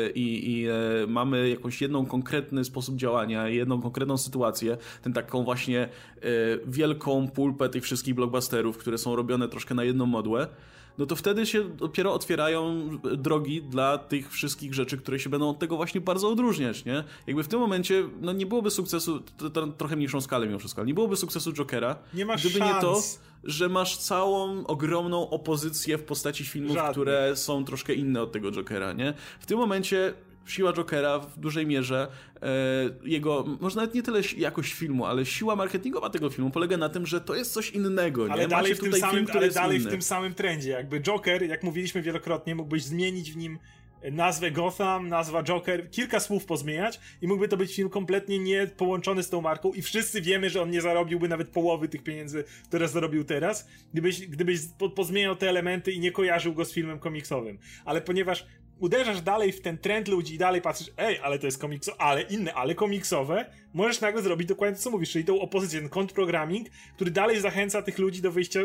i mamy jakąś jedną konkretny sposób działania, jedną konkretną sytuację, taką właśnie wielką pulpę tych wszystkich blockbusterów, które są robione troszkę na jedną modłę, no to wtedy się dopiero otwierają drogi dla tych wszystkich rzeczy, które się będą od tego właśnie bardzo odróżniać, nie? Jakby w tym momencie, nie byłoby sukcesu, to trochę mniejszą skalę mimo wszystko, ale nie byłoby sukcesu Jokera, gdyby nie to, że masz całą ogromną opozycję w postaci filmów, które są troszkę inne od tego Jokera, nie? W tym momencie siła Jokera w dużej mierze, jego, może nawet nie tyle jakość filmu, ale siła marketingowa tego filmu polega na tym, że to jest coś innego. Ale nie? dalej, w tym samym trendzie. Jakby Joker, jak mówiliśmy wielokrotnie, mógłbyś zmienić w nim nazwę Gotham, nazwa Joker, kilka słów pozmieniać i mógłby to być film kompletnie nie połączony z tą marką i wszyscy wiemy, że on nie zarobiłby nawet połowy tych pieniędzy, które zarobił teraz, gdybyś pozmieniał te elementy i nie kojarzył go z filmem komiksowym. Ale ponieważ uderzasz dalej w ten trend ludzi i dalej patrzysz, ale to jest ale inne, ale komiksowe, możesz nagle zrobić dokładnie to, co mówisz, czyli tą opozycję, ten kontrprogramming, który dalej zachęca tych ludzi do wyjścia,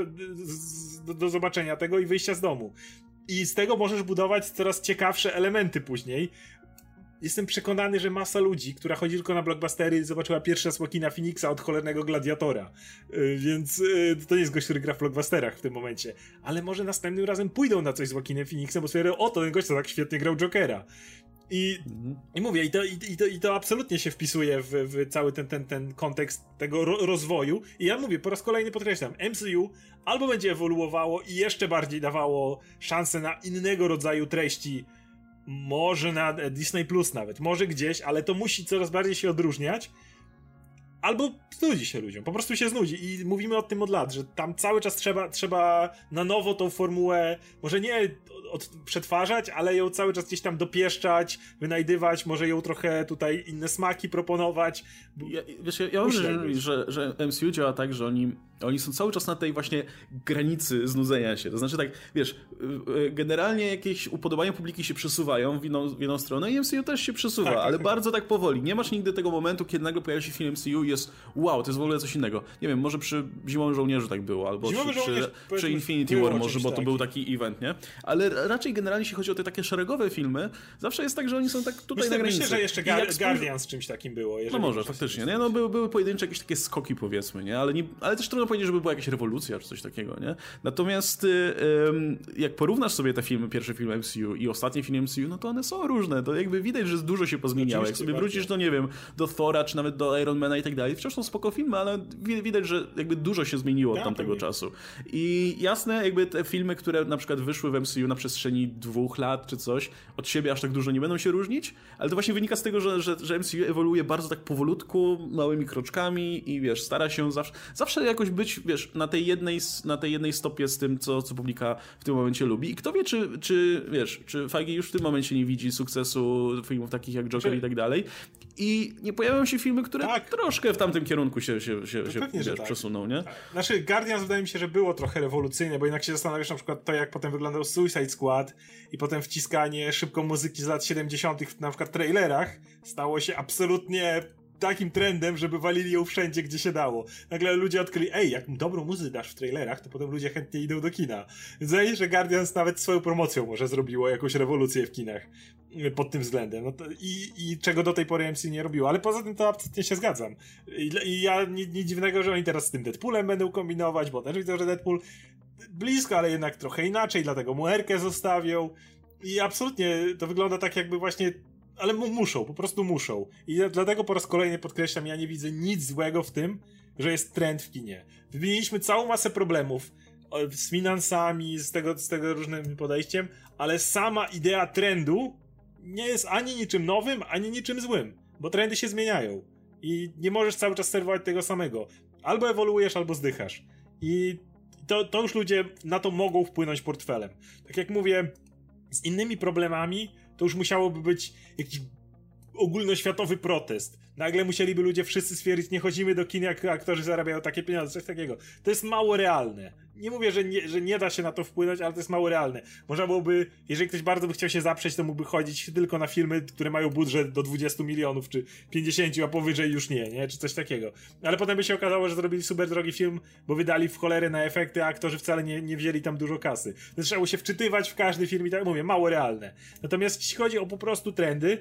do zobaczenia tego i wyjścia z domu. I z tego możesz budować coraz ciekawsze elementy później. Jestem przekonany, że masa ludzi, która chodzi tylko na blockbustery, zobaczyła pierwszy raz Joaquina Phoenixa od cholernego Gladiatora. Więc to nie jest gość, który gra w blockbusterach w tym momencie. Ale może następnym razem pójdą na coś z Joaquinem Phoenixem, bo stwierdzą, to ten gość, co tak świetnie grał Jokera. I mówię, i to absolutnie się wpisuje w cały ten kontekst tego rozwoju. I ja mówię, po raz kolejny podkreślam, MCU albo będzie ewoluowało i jeszcze bardziej dawało szansę na innego rodzaju treści, może na Disney Plus nawet, może gdzieś, ale to musi coraz bardziej się odróżniać, albo znudzi się ludziom, po prostu się znudzi i mówimy o tym od lat, że tam cały czas trzeba na nowo tą formułę, może nie przetwarzać, ale ją cały czas gdzieś tam dopieszczać, wynajdywać, może ją trochę tutaj inne smaki proponować. Ja mam wrażenie, że MCU działa tak, że oni są cały czas na tej właśnie granicy znudzenia się. To znaczy tak, wiesz, generalnie jakieś upodobania publiki się przesuwają w inną stronę i MCU też się przesuwa, ale bardzo tak powoli. Nie masz nigdy tego momentu, kiedy nagle pojawia się film MCU i jest wow, to jest w ogóle coś innego. Nie wiem, może przy Zimowym Żołnierzu tak było, albo przy Infinity War może, bo to był taki event, nie? Ale raczej generalnie, jeśli chodzi o te takie szeregowe filmy, zawsze jest tak, że oni są tak tutaj na granicy. Myślę, że jeszcze Guardians czymś takim było. No może, faktycznie, nie? No były pojedyncze jakieś takie skoki, powiedzmy, nie? Ale też trudno powiedzieć, żeby była jakaś rewolucja, czy coś takiego, nie? Natomiast jak porównasz sobie te filmy, pierwsze filmy MCU i ostatnie filmy MCU, no to one są różne, to jakby widać, że dużo się pozmieniało. Jak sobie wrócisz do, nie wiem, do Thora, czy nawet do Ironmana i tak dalej, wciąż są spoko filmy, ale widać, że jakby dużo się zmieniło od tamtego czasu. I jasne, jakby te filmy, które na przykład wyszły w MCU na przestrzeni 2 lat, czy coś, od siebie aż tak dużo nie będą się różnić, ale to właśnie wynika z tego, że MCU ewoluuje bardzo tak powolutku, małymi kroczkami i wiesz, stara się zawsze jakoś być, wiesz, na tej jednej stopie z tym, co publika w tym momencie lubi. I kto wie, czy Feige już w tym momencie nie widzi sukcesu filmów takich jak Joker i tak dalej. I nie pojawiają się filmy, które troszkę w tamtym kierunku się przesuną, nie? Tak. Znaczy, Guardians wydaje mi się, że było trochę rewolucyjne, bo jednak się zastanawiasz na przykład to, jak potem wyglądał Suicide Squad i potem wciskanie szybko muzyki z lat 70. w na przykład trailerach stało się absolutnie takim trendem, żeby walili ją wszędzie, gdzie się dało. Nagle ludzie odkryli, jak dobrą muzykę dasz w trailerach, to potem ludzie chętnie idą do kina. Więc wydaje mi się, że Guardians nawet swoją promocją może zrobiło jakąś rewolucję w kinach pod tym względem. No to, i czego do tej pory MC nie robiło. Ale poza tym to absolutnie się zgadzam. I ja nic dziwnego, że oni teraz z tym Deadpoolem będą kombinować, bo też widzę, że Deadpool blisko, ale jednak trochę inaczej, dlatego Muerkę zostawią. I absolutnie to wygląda tak, jakby właśnie ale po prostu muszą. I dlatego po raz kolejny podkreślam, ja nie widzę nic złego w tym, że jest trend w kinie. Wymieniliśmy całą masę problemów z finansami, z tego różnym podejściem, ale sama idea trendu nie jest ani niczym nowym, ani niczym złym, bo trendy się zmieniają i nie możesz cały czas serwować tego samego. Albo ewoluujesz, albo zdychasz. I to już ludzie na to mogą wpłynąć portfelem. Tak jak mówię, z innymi problemami to już musiałoby być jakiś ogólnoświatowy protest. Nagle musieliby ludzie wszyscy stwierdzić, nie chodzimy do kin, jak aktorzy zarabiają takie pieniądze, coś takiego. To jest mało realne. Nie mówię, że nie da się na to wpłynąć, ale to jest mało realne. Można byłoby, jeżeli ktoś bardzo by chciał się zaprzeć, to mógłby chodzić tylko na filmy, które mają budżet do 20 milionów, czy 50, a powyżej już nie, czy coś takiego. Ale potem by się okazało, że zrobili super drogi film, bo wydali w cholerę na efekty, a aktorzy wcale nie wzięli tam dużo kasy. Więc trzeba było się wczytywać w każdy film i tak mówię, mało realne. Natomiast jeśli chodzi o po prostu trendy,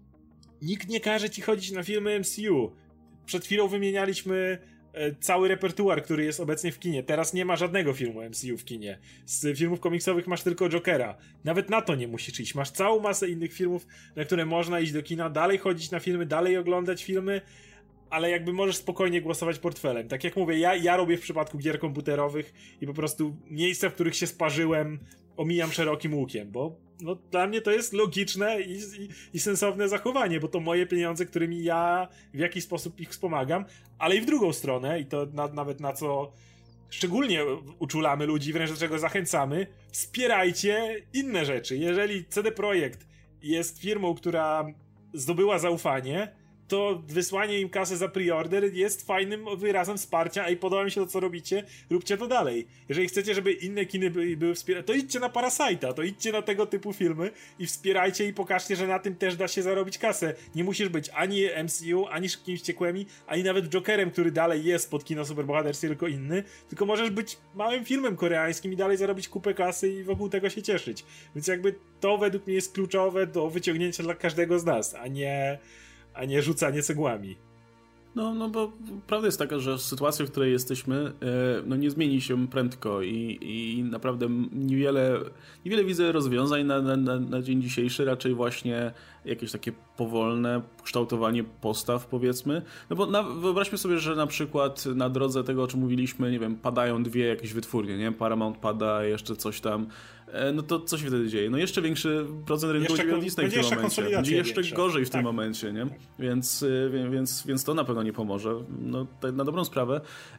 nikt nie każe ci chodzić na filmy MCU. Przed chwilą wymienialiśmy cały repertuar, który jest obecnie w kinie. Teraz nie ma żadnego filmu MCU w kinie. Z filmów komiksowych masz tylko Jokera. Nawet na to nie musisz iść. Masz całą masę innych filmów, na które można iść do kina, dalej chodzić na filmy, dalej oglądać filmy, ale jakby możesz spokojnie głosować portfelem. Tak jak mówię, ja robię w przypadku gier komputerowych i po prostu miejsca, w których się sparzyłem, omijam szerokim łukiem, bo no, dla mnie to jest logiczne i sensowne zachowanie, bo to moje pieniądze, którymi ja w jakiś sposób ich wspomagam, ale i w drugą stronę, i to nawet na co szczególnie uczulamy ludzi, wręcz do czego zachęcamy, wspierajcie inne rzeczy. Jeżeli CD Projekt jest firmą, która zdobyła zaufanie, to wysłanie im kasy za preorder jest fajnym wyrazem wsparcia, ej, podoba mi się to, co robicie, róbcie to dalej. Jeżeli chcecie, żeby inne kiny były wspierane, to idźcie na Parasite'a, to idźcie na tego typu filmy i wspierajcie i pokażcie, że na tym też da się zarobić kasę. Nie musisz być ani MCU, ani Szybkimi Wściekłymi, ani nawet Jokerem, który dalej jest pod kino superbohaterskie, tylko inny, tylko możesz być małym filmem koreańskim i dalej zarobić kupę kasy i wokół tego się cieszyć. Więc jakby to według mnie jest kluczowe do wyciągnięcia dla każdego z nas, a nie rzucanie cegłami. No bo prawda jest taka, że sytuacja, w której jesteśmy, no nie zmieni się prędko i naprawdę niewiele widzę rozwiązań na dzień dzisiejszy, raczej właśnie jakieś takie powolne kształtowanie postaw, powiedzmy. No bo wyobraźmy sobie, że na przykład na drodze tego, o czym mówiliśmy, nie wiem, padają dwie jakieś wytwórnie, nie? Paramount pada, jeszcze coś tam. No to co się wtedy dzieje? No jeszcze większy procent rynku będzie miał Disney w tym momencie. Będzie jeszcze gorzej w tym momencie, nie? Więc to na pewno nie pomoże. No na dobrą sprawę.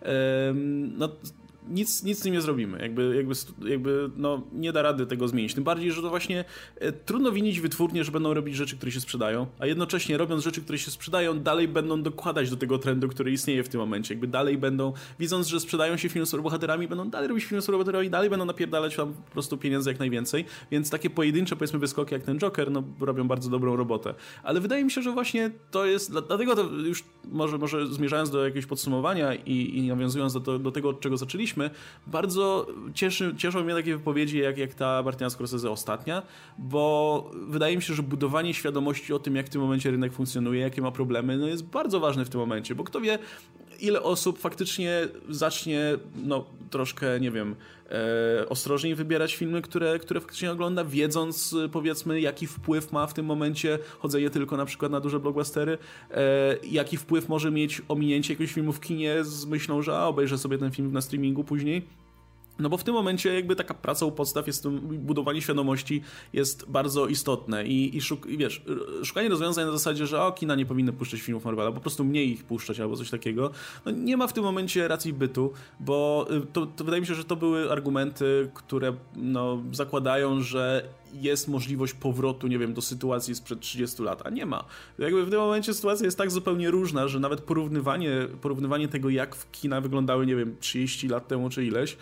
No nic z tym nie zrobimy. Jakby no, nie da rady tego zmienić. Tym bardziej, że to właśnie trudno winić wytwórnie, że będą robić rzeczy, które się sprzedają, a jednocześnie robiąc rzeczy, które się sprzedają, dalej będą dokładać do tego trendu, który istnieje w tym momencie. Jakby dalej będą, widząc, że sprzedają się filmy z superbohaterami, będą dalej robić filmy z superbohaterami, dalej będą napierdalać tam po prostu pieniędzy jak najwięcej. Więc takie pojedyncze, powiedzmy, wyskoki jak ten Joker, no robią bardzo dobrą robotę. Ale wydaje mi się, że właśnie to jest, dlatego to już może zmierzając do jakiegoś podsumowania i nawiązując do tego, od czego zaczęliśmy, bardzo cieszą mnie takie wypowiedzi jak ta Martina Scorsese ostatnia, bo wydaje mi się, że budowanie świadomości o tym, jak w tym momencie rynek funkcjonuje, jakie ma problemy, no jest bardzo ważne w tym momencie, bo kto wie, ile osób faktycznie zacznie troszkę, nie wiem, ostrożniej wybierać filmy, które faktycznie ogląda, wiedząc, powiedzmy, jaki wpływ ma w tym momencie chodzenie tylko na przykład na duże blockbustery, jaki wpływ może mieć ominięcie jakiegoś filmu w kinie z myślą, że obejrzę sobie ten film na streamingu później. No bo w tym momencie jakby taka praca u podstaw, budowanie świadomości jest bardzo istotne i wiesz, szukanie rozwiązań na zasadzie, że kina nie powinny puszczać filmów Marvela, po prostu mniej ich puszczać albo coś takiego, no nie ma w tym momencie racji bytu, bo to wydaje mi się, że to były argumenty, które zakładają, że jest możliwość powrotu, nie wiem, do sytuacji sprzed 30 lat, a nie ma. Jakby w tym momencie sytuacja jest tak zupełnie różna, że nawet porównywanie tego, jak w kina wyglądały, nie wiem, 30 lat temu czy ileś,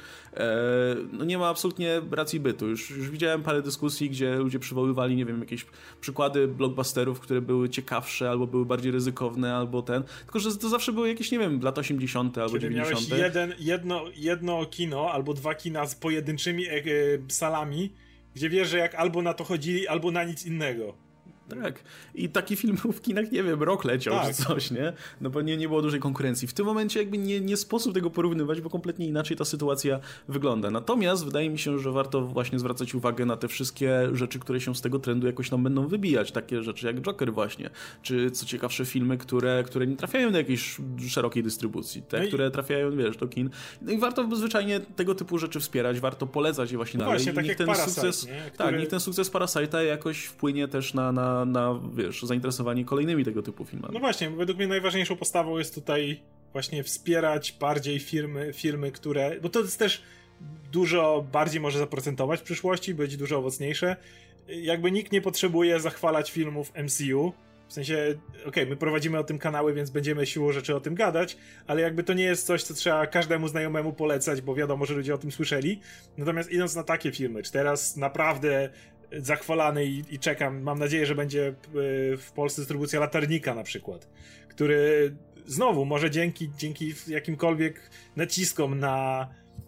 no nie ma absolutnie racji bytu. Już widziałem parę dyskusji, gdzie ludzie przywoływali, nie wiem, jakieś przykłady blockbusterów, które były ciekawsze, albo były bardziej ryzykowne, albo tylko że to zawsze były jakieś, nie wiem, lata 80. albo kiedy 90. Miałeś jedno kino, albo dwa kina z pojedynczymi salami, gdzie wiesz, że jak albo na to chodzili, albo na nic innego. Tak. I taki film w kinach, nie wiem, rok leciał czy coś, nie? No bo nie było dużej konkurencji. W tym momencie jakby nie sposób tego porównywać, bo kompletnie inaczej ta sytuacja wygląda. Natomiast wydaje mi się, że warto właśnie zwracać uwagę na te wszystkie rzeczy, które się z tego trendu jakoś tam będą wybijać. Takie rzeczy jak Joker właśnie. Czy co ciekawsze filmy, które nie trafiają do jakiejś szerokiej dystrybucji. Te, które trafiają, wiesz, do kin. No i warto zwyczajnie tego typu rzeczy wspierać. Warto polecać je właśnie dalej. Właśnie, tak jak Parasite, niech ten sukces Parasite'a jakoś wpłynie też na wiesz, zainteresowanie kolejnymi tego typu filmami. No właśnie, według mnie najważniejszą postawą jest tutaj właśnie wspierać bardziej firmy, które... Bo to jest też dużo bardziej może zaprocentować w przyszłości, być dużo owocniejsze. Jakby nikt nie potrzebuje zachwalać filmów MCU. W sensie, my prowadzimy o tym kanały, więc będziemy siłą rzeczy o tym gadać, ale jakby to nie jest coś, co trzeba każdemu znajomemu polecać, bo wiadomo, że ludzie o tym słyszeli. Natomiast idąc na takie filmy, czy teraz naprawdę zachwalany i czekam, mam nadzieję, że będzie w Polsce dystrybucja Latarnika na przykład, który znowu może dzięki jakimkolwiek naciskom na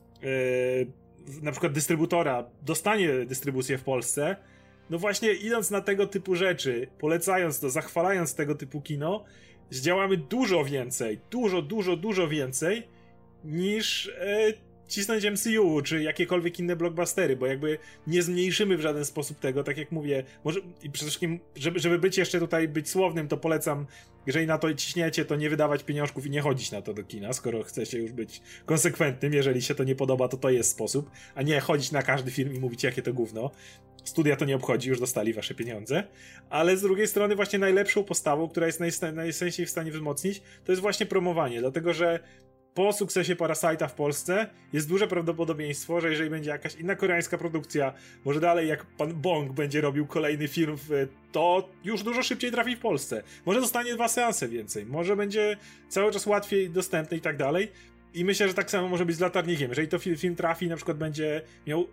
przykład dystrybutora dostanie dystrybucję w Polsce. No właśnie idąc na tego typu rzeczy, polecając to, zachwalając tego typu kino, zdziałamy dużo więcej, dużo więcej niż cisnąć MCU, czy jakiekolwiek inne blockbustery, bo jakby nie zmniejszymy w żaden sposób tego, tak jak mówię, może i przede wszystkim, żeby być jeszcze tutaj, być słownym, to polecam, jeżeli na to ciśniecie, to nie wydawać pieniążków i nie chodzić na to do kina, skoro chcecie już być konsekwentnym, jeżeli się to nie podoba, to jest sposób, a nie chodzić na każdy film i mówić, jakie to gówno. Studia to nie obchodzi, już dostali wasze pieniądze, ale z drugiej strony właśnie najlepszą postawą, która jest najsensowniej w stanie wzmocnić, to jest właśnie promowanie, dlatego że po sukcesie Parasite'a w Polsce jest duże prawdopodobieństwo, że jeżeli będzie jakaś inna koreańska produkcja, może dalej jak pan Bong będzie robił kolejny film, to już dużo szybciej trafi w Polsce. Może dostanie 2 seanse więcej, może będzie cały czas łatwiej dostępny i tak dalej. I myślę, że tak samo może być z Latarnikiem. Jeżeli to film trafi, na przykład będzie miał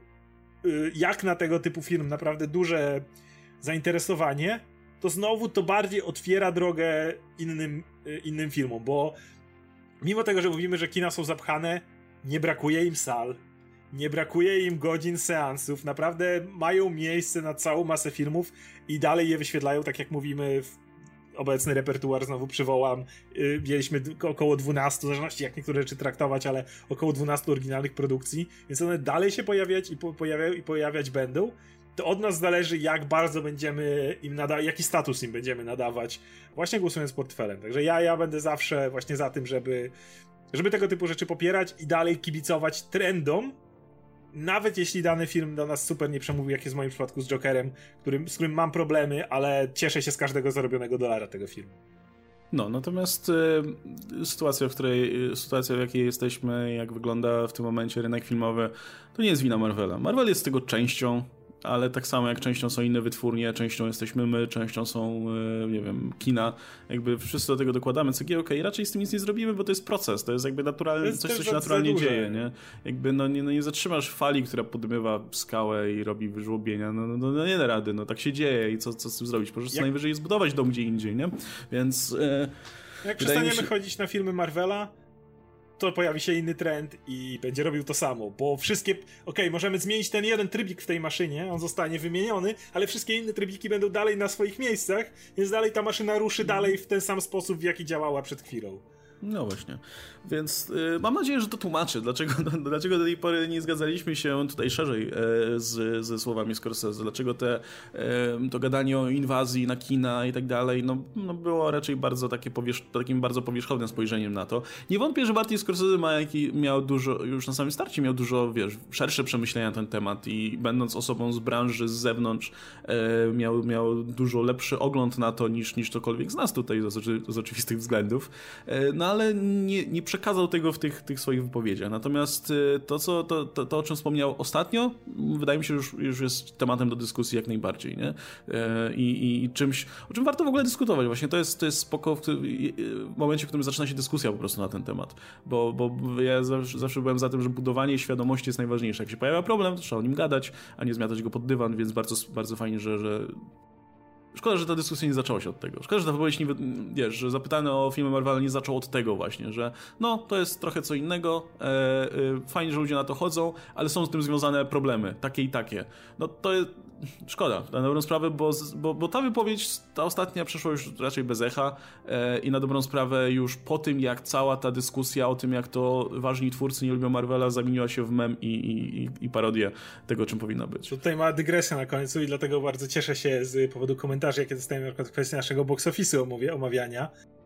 jak na tego typu film naprawdę duże zainteresowanie, to znowu to bardziej otwiera drogę innym filmom, bo mimo tego, że mówimy, że kina są zapchane, nie brakuje im sal, nie brakuje im godzin seansów, naprawdę mają miejsce na całą masę filmów i dalej je wyświetlają, tak jak mówimy, obecny repertuar znowu przywołam, mieliśmy około 12, w zależności jak niektóre rzeczy traktować, ale około 12 oryginalnych produkcji, więc one dalej się pojawiać i pojawiać będą. To od nas zależy, jak bardzo będziemy im jaki status im będziemy nadawać, właśnie głosując portfelem. Także ja będę zawsze właśnie za tym, żeby tego typu rzeczy popierać i dalej kibicować trendom, nawet jeśli dany film do nas super nie przemówił, jak jest w moim przypadku z Jokerem, z którym mam problemy, ale cieszę się z każdego zarobionego dolara tego filmu. No, natomiast sytuacja, w jakiej jesteśmy, jak wygląda w tym momencie rynek filmowy, to nie jest wina Marvela. Marvel jest tego częścią, ale tak samo jak częścią są inne wytwórnie, częścią jesteśmy my, częścią są, nie wiem, kina. Jakby wszyscy do tego dokładamy cegiełkę i raczej z tym nic nie zrobimy, bo to jest proces, to jest jakby naturalny, coś, co się naturalnie dzieje, nie? Jakby nie zatrzymasz fali, która podmywa skałę i robi wyżłobienia, no nie da rady, no tak się dzieje i co z tym zrobić? Możesz co najwyżej je zbudować dom gdzie indziej, nie? Więc... jak przestaniemy chodzić na filmy Marvela, to pojawi się inny trend i będzie robił to samo, bo wszystkie... możemy zmienić ten jeden trybik w tej maszynie, on zostanie wymieniony, ale wszystkie inne trybiki będą dalej na swoich miejscach, więc dalej ta maszyna ruszy dalej w ten sam sposób, w jaki działała przed chwilą. No właśnie. Więc mam nadzieję, że to tłumaczy, dlaczego do tej pory nie zgadzaliśmy się tutaj szerzej ze słowami Scorsese, dlaczego to gadanie o inwazji na kina i tak dalej, było raczej bardzo takim bardzo powierzchownym spojrzeniem na to. Nie wątpię, że Martin Scorsese miał dużo, już na samym starcie miał dużo, szersze przemyślenia na ten temat i będąc osobą z branży, z zewnątrz, miał dużo lepszy ogląd na to niż ktokolwiek z nas tutaj z oczywistych względów. No ale nie przekazał tego w tych swoich wypowiedziach. Natomiast to, o czym wspomniał ostatnio, wydaje mi się, już jest tematem do dyskusji jak najbardziej, nie? I czymś, o czym warto w ogóle dyskutować. Właśnie to jest spoko w momencie, w którym zaczyna się dyskusja po prostu na ten temat. Bo ja zawsze byłem za tym, że budowanie świadomości jest najważniejsze. Jak się pojawia problem, to trzeba o nim gadać, a nie zmiatać go pod dywan, więc bardzo, bardzo fajnie, że szkoda, że ta dyskusja nie zaczęła się od tego. Szkoda, że ta wypowiedź że zapytane o filmy Marvela nie zaczął od tego właśnie, że to jest trochę co innego, fajnie, że ludzie na to chodzą, ale są z tym związane problemy, takie i takie. No to jest szkoda, na dobrą sprawę, bo ta wypowiedź, ta ostatnia przeszła już raczej bez echa i na dobrą sprawę już po tym, jak cała ta dyskusja o tym, jak to ważni twórcy nie lubią Marvela, zamieniła się w mem i parodię tego, czym powinna być. Tutaj mała dygresja na końcu i dlatego bardzo cieszę się z powodu komentarzy, jakie dostajemy na przykład w kwestii naszego box office'u omawiania.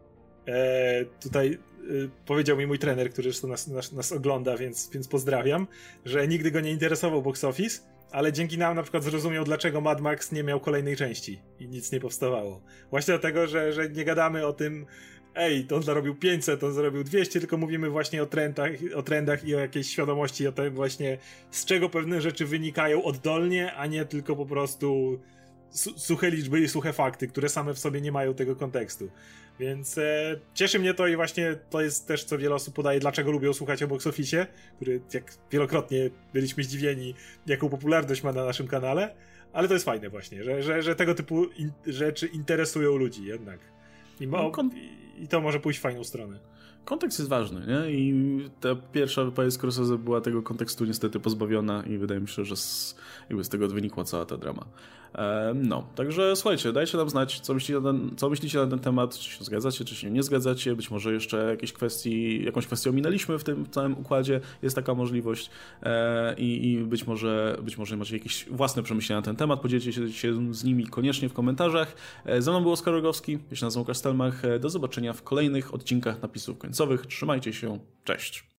Tutaj powiedział mi mój trener, który zresztą nas ogląda, więc pozdrawiam, że nigdy go nie interesował box office, ale dzięki nam na przykład zrozumiał, dlaczego Mad Max nie miał kolejnej części i nic nie powstawało. Właśnie dlatego, że nie gadamy o tym, to on zarobił 500, on zarobił 200, tylko mówimy właśnie o trendach i o jakiejś świadomości, o tym właśnie, z czego pewne rzeczy wynikają oddolnie, a nie tylko po prostu suche liczby i suche fakty, które same w sobie nie mają tego kontekstu. Więc cieszy mnie to i właśnie to jest też, co wiele osób podaje, dlaczego lubią słuchać o box office, który, jak wielokrotnie byliśmy zdziwieni, jaką popularność ma na naszym kanale, ale to jest fajne właśnie, że tego typu rzeczy interesują ludzi jednak. I to może pójść w fajną stronę. Kontekst jest ważny, nie? I ta pierwsza wypowiedź Scorsese była tego kontekstu niestety pozbawiona i wydaje mi się, że z tego wynikła cała ta drama. Także słuchajcie, dajcie nam znać, co myślicie na ten temat, czy się zgadzacie, czy się nie zgadzacie, być może jeszcze jakąś kwestię ominęliśmy w tym całym układzie, jest taka możliwość i być może macie jakieś własne przemyślenia na ten temat, podzielcie się z nimi koniecznie w komentarzach. Ze mną był Oskar Rogowski, ja się nazywam Łukasz Stelmach, do zobaczenia w kolejnych odcinkach napisów końcowych, trzymajcie się, cześć!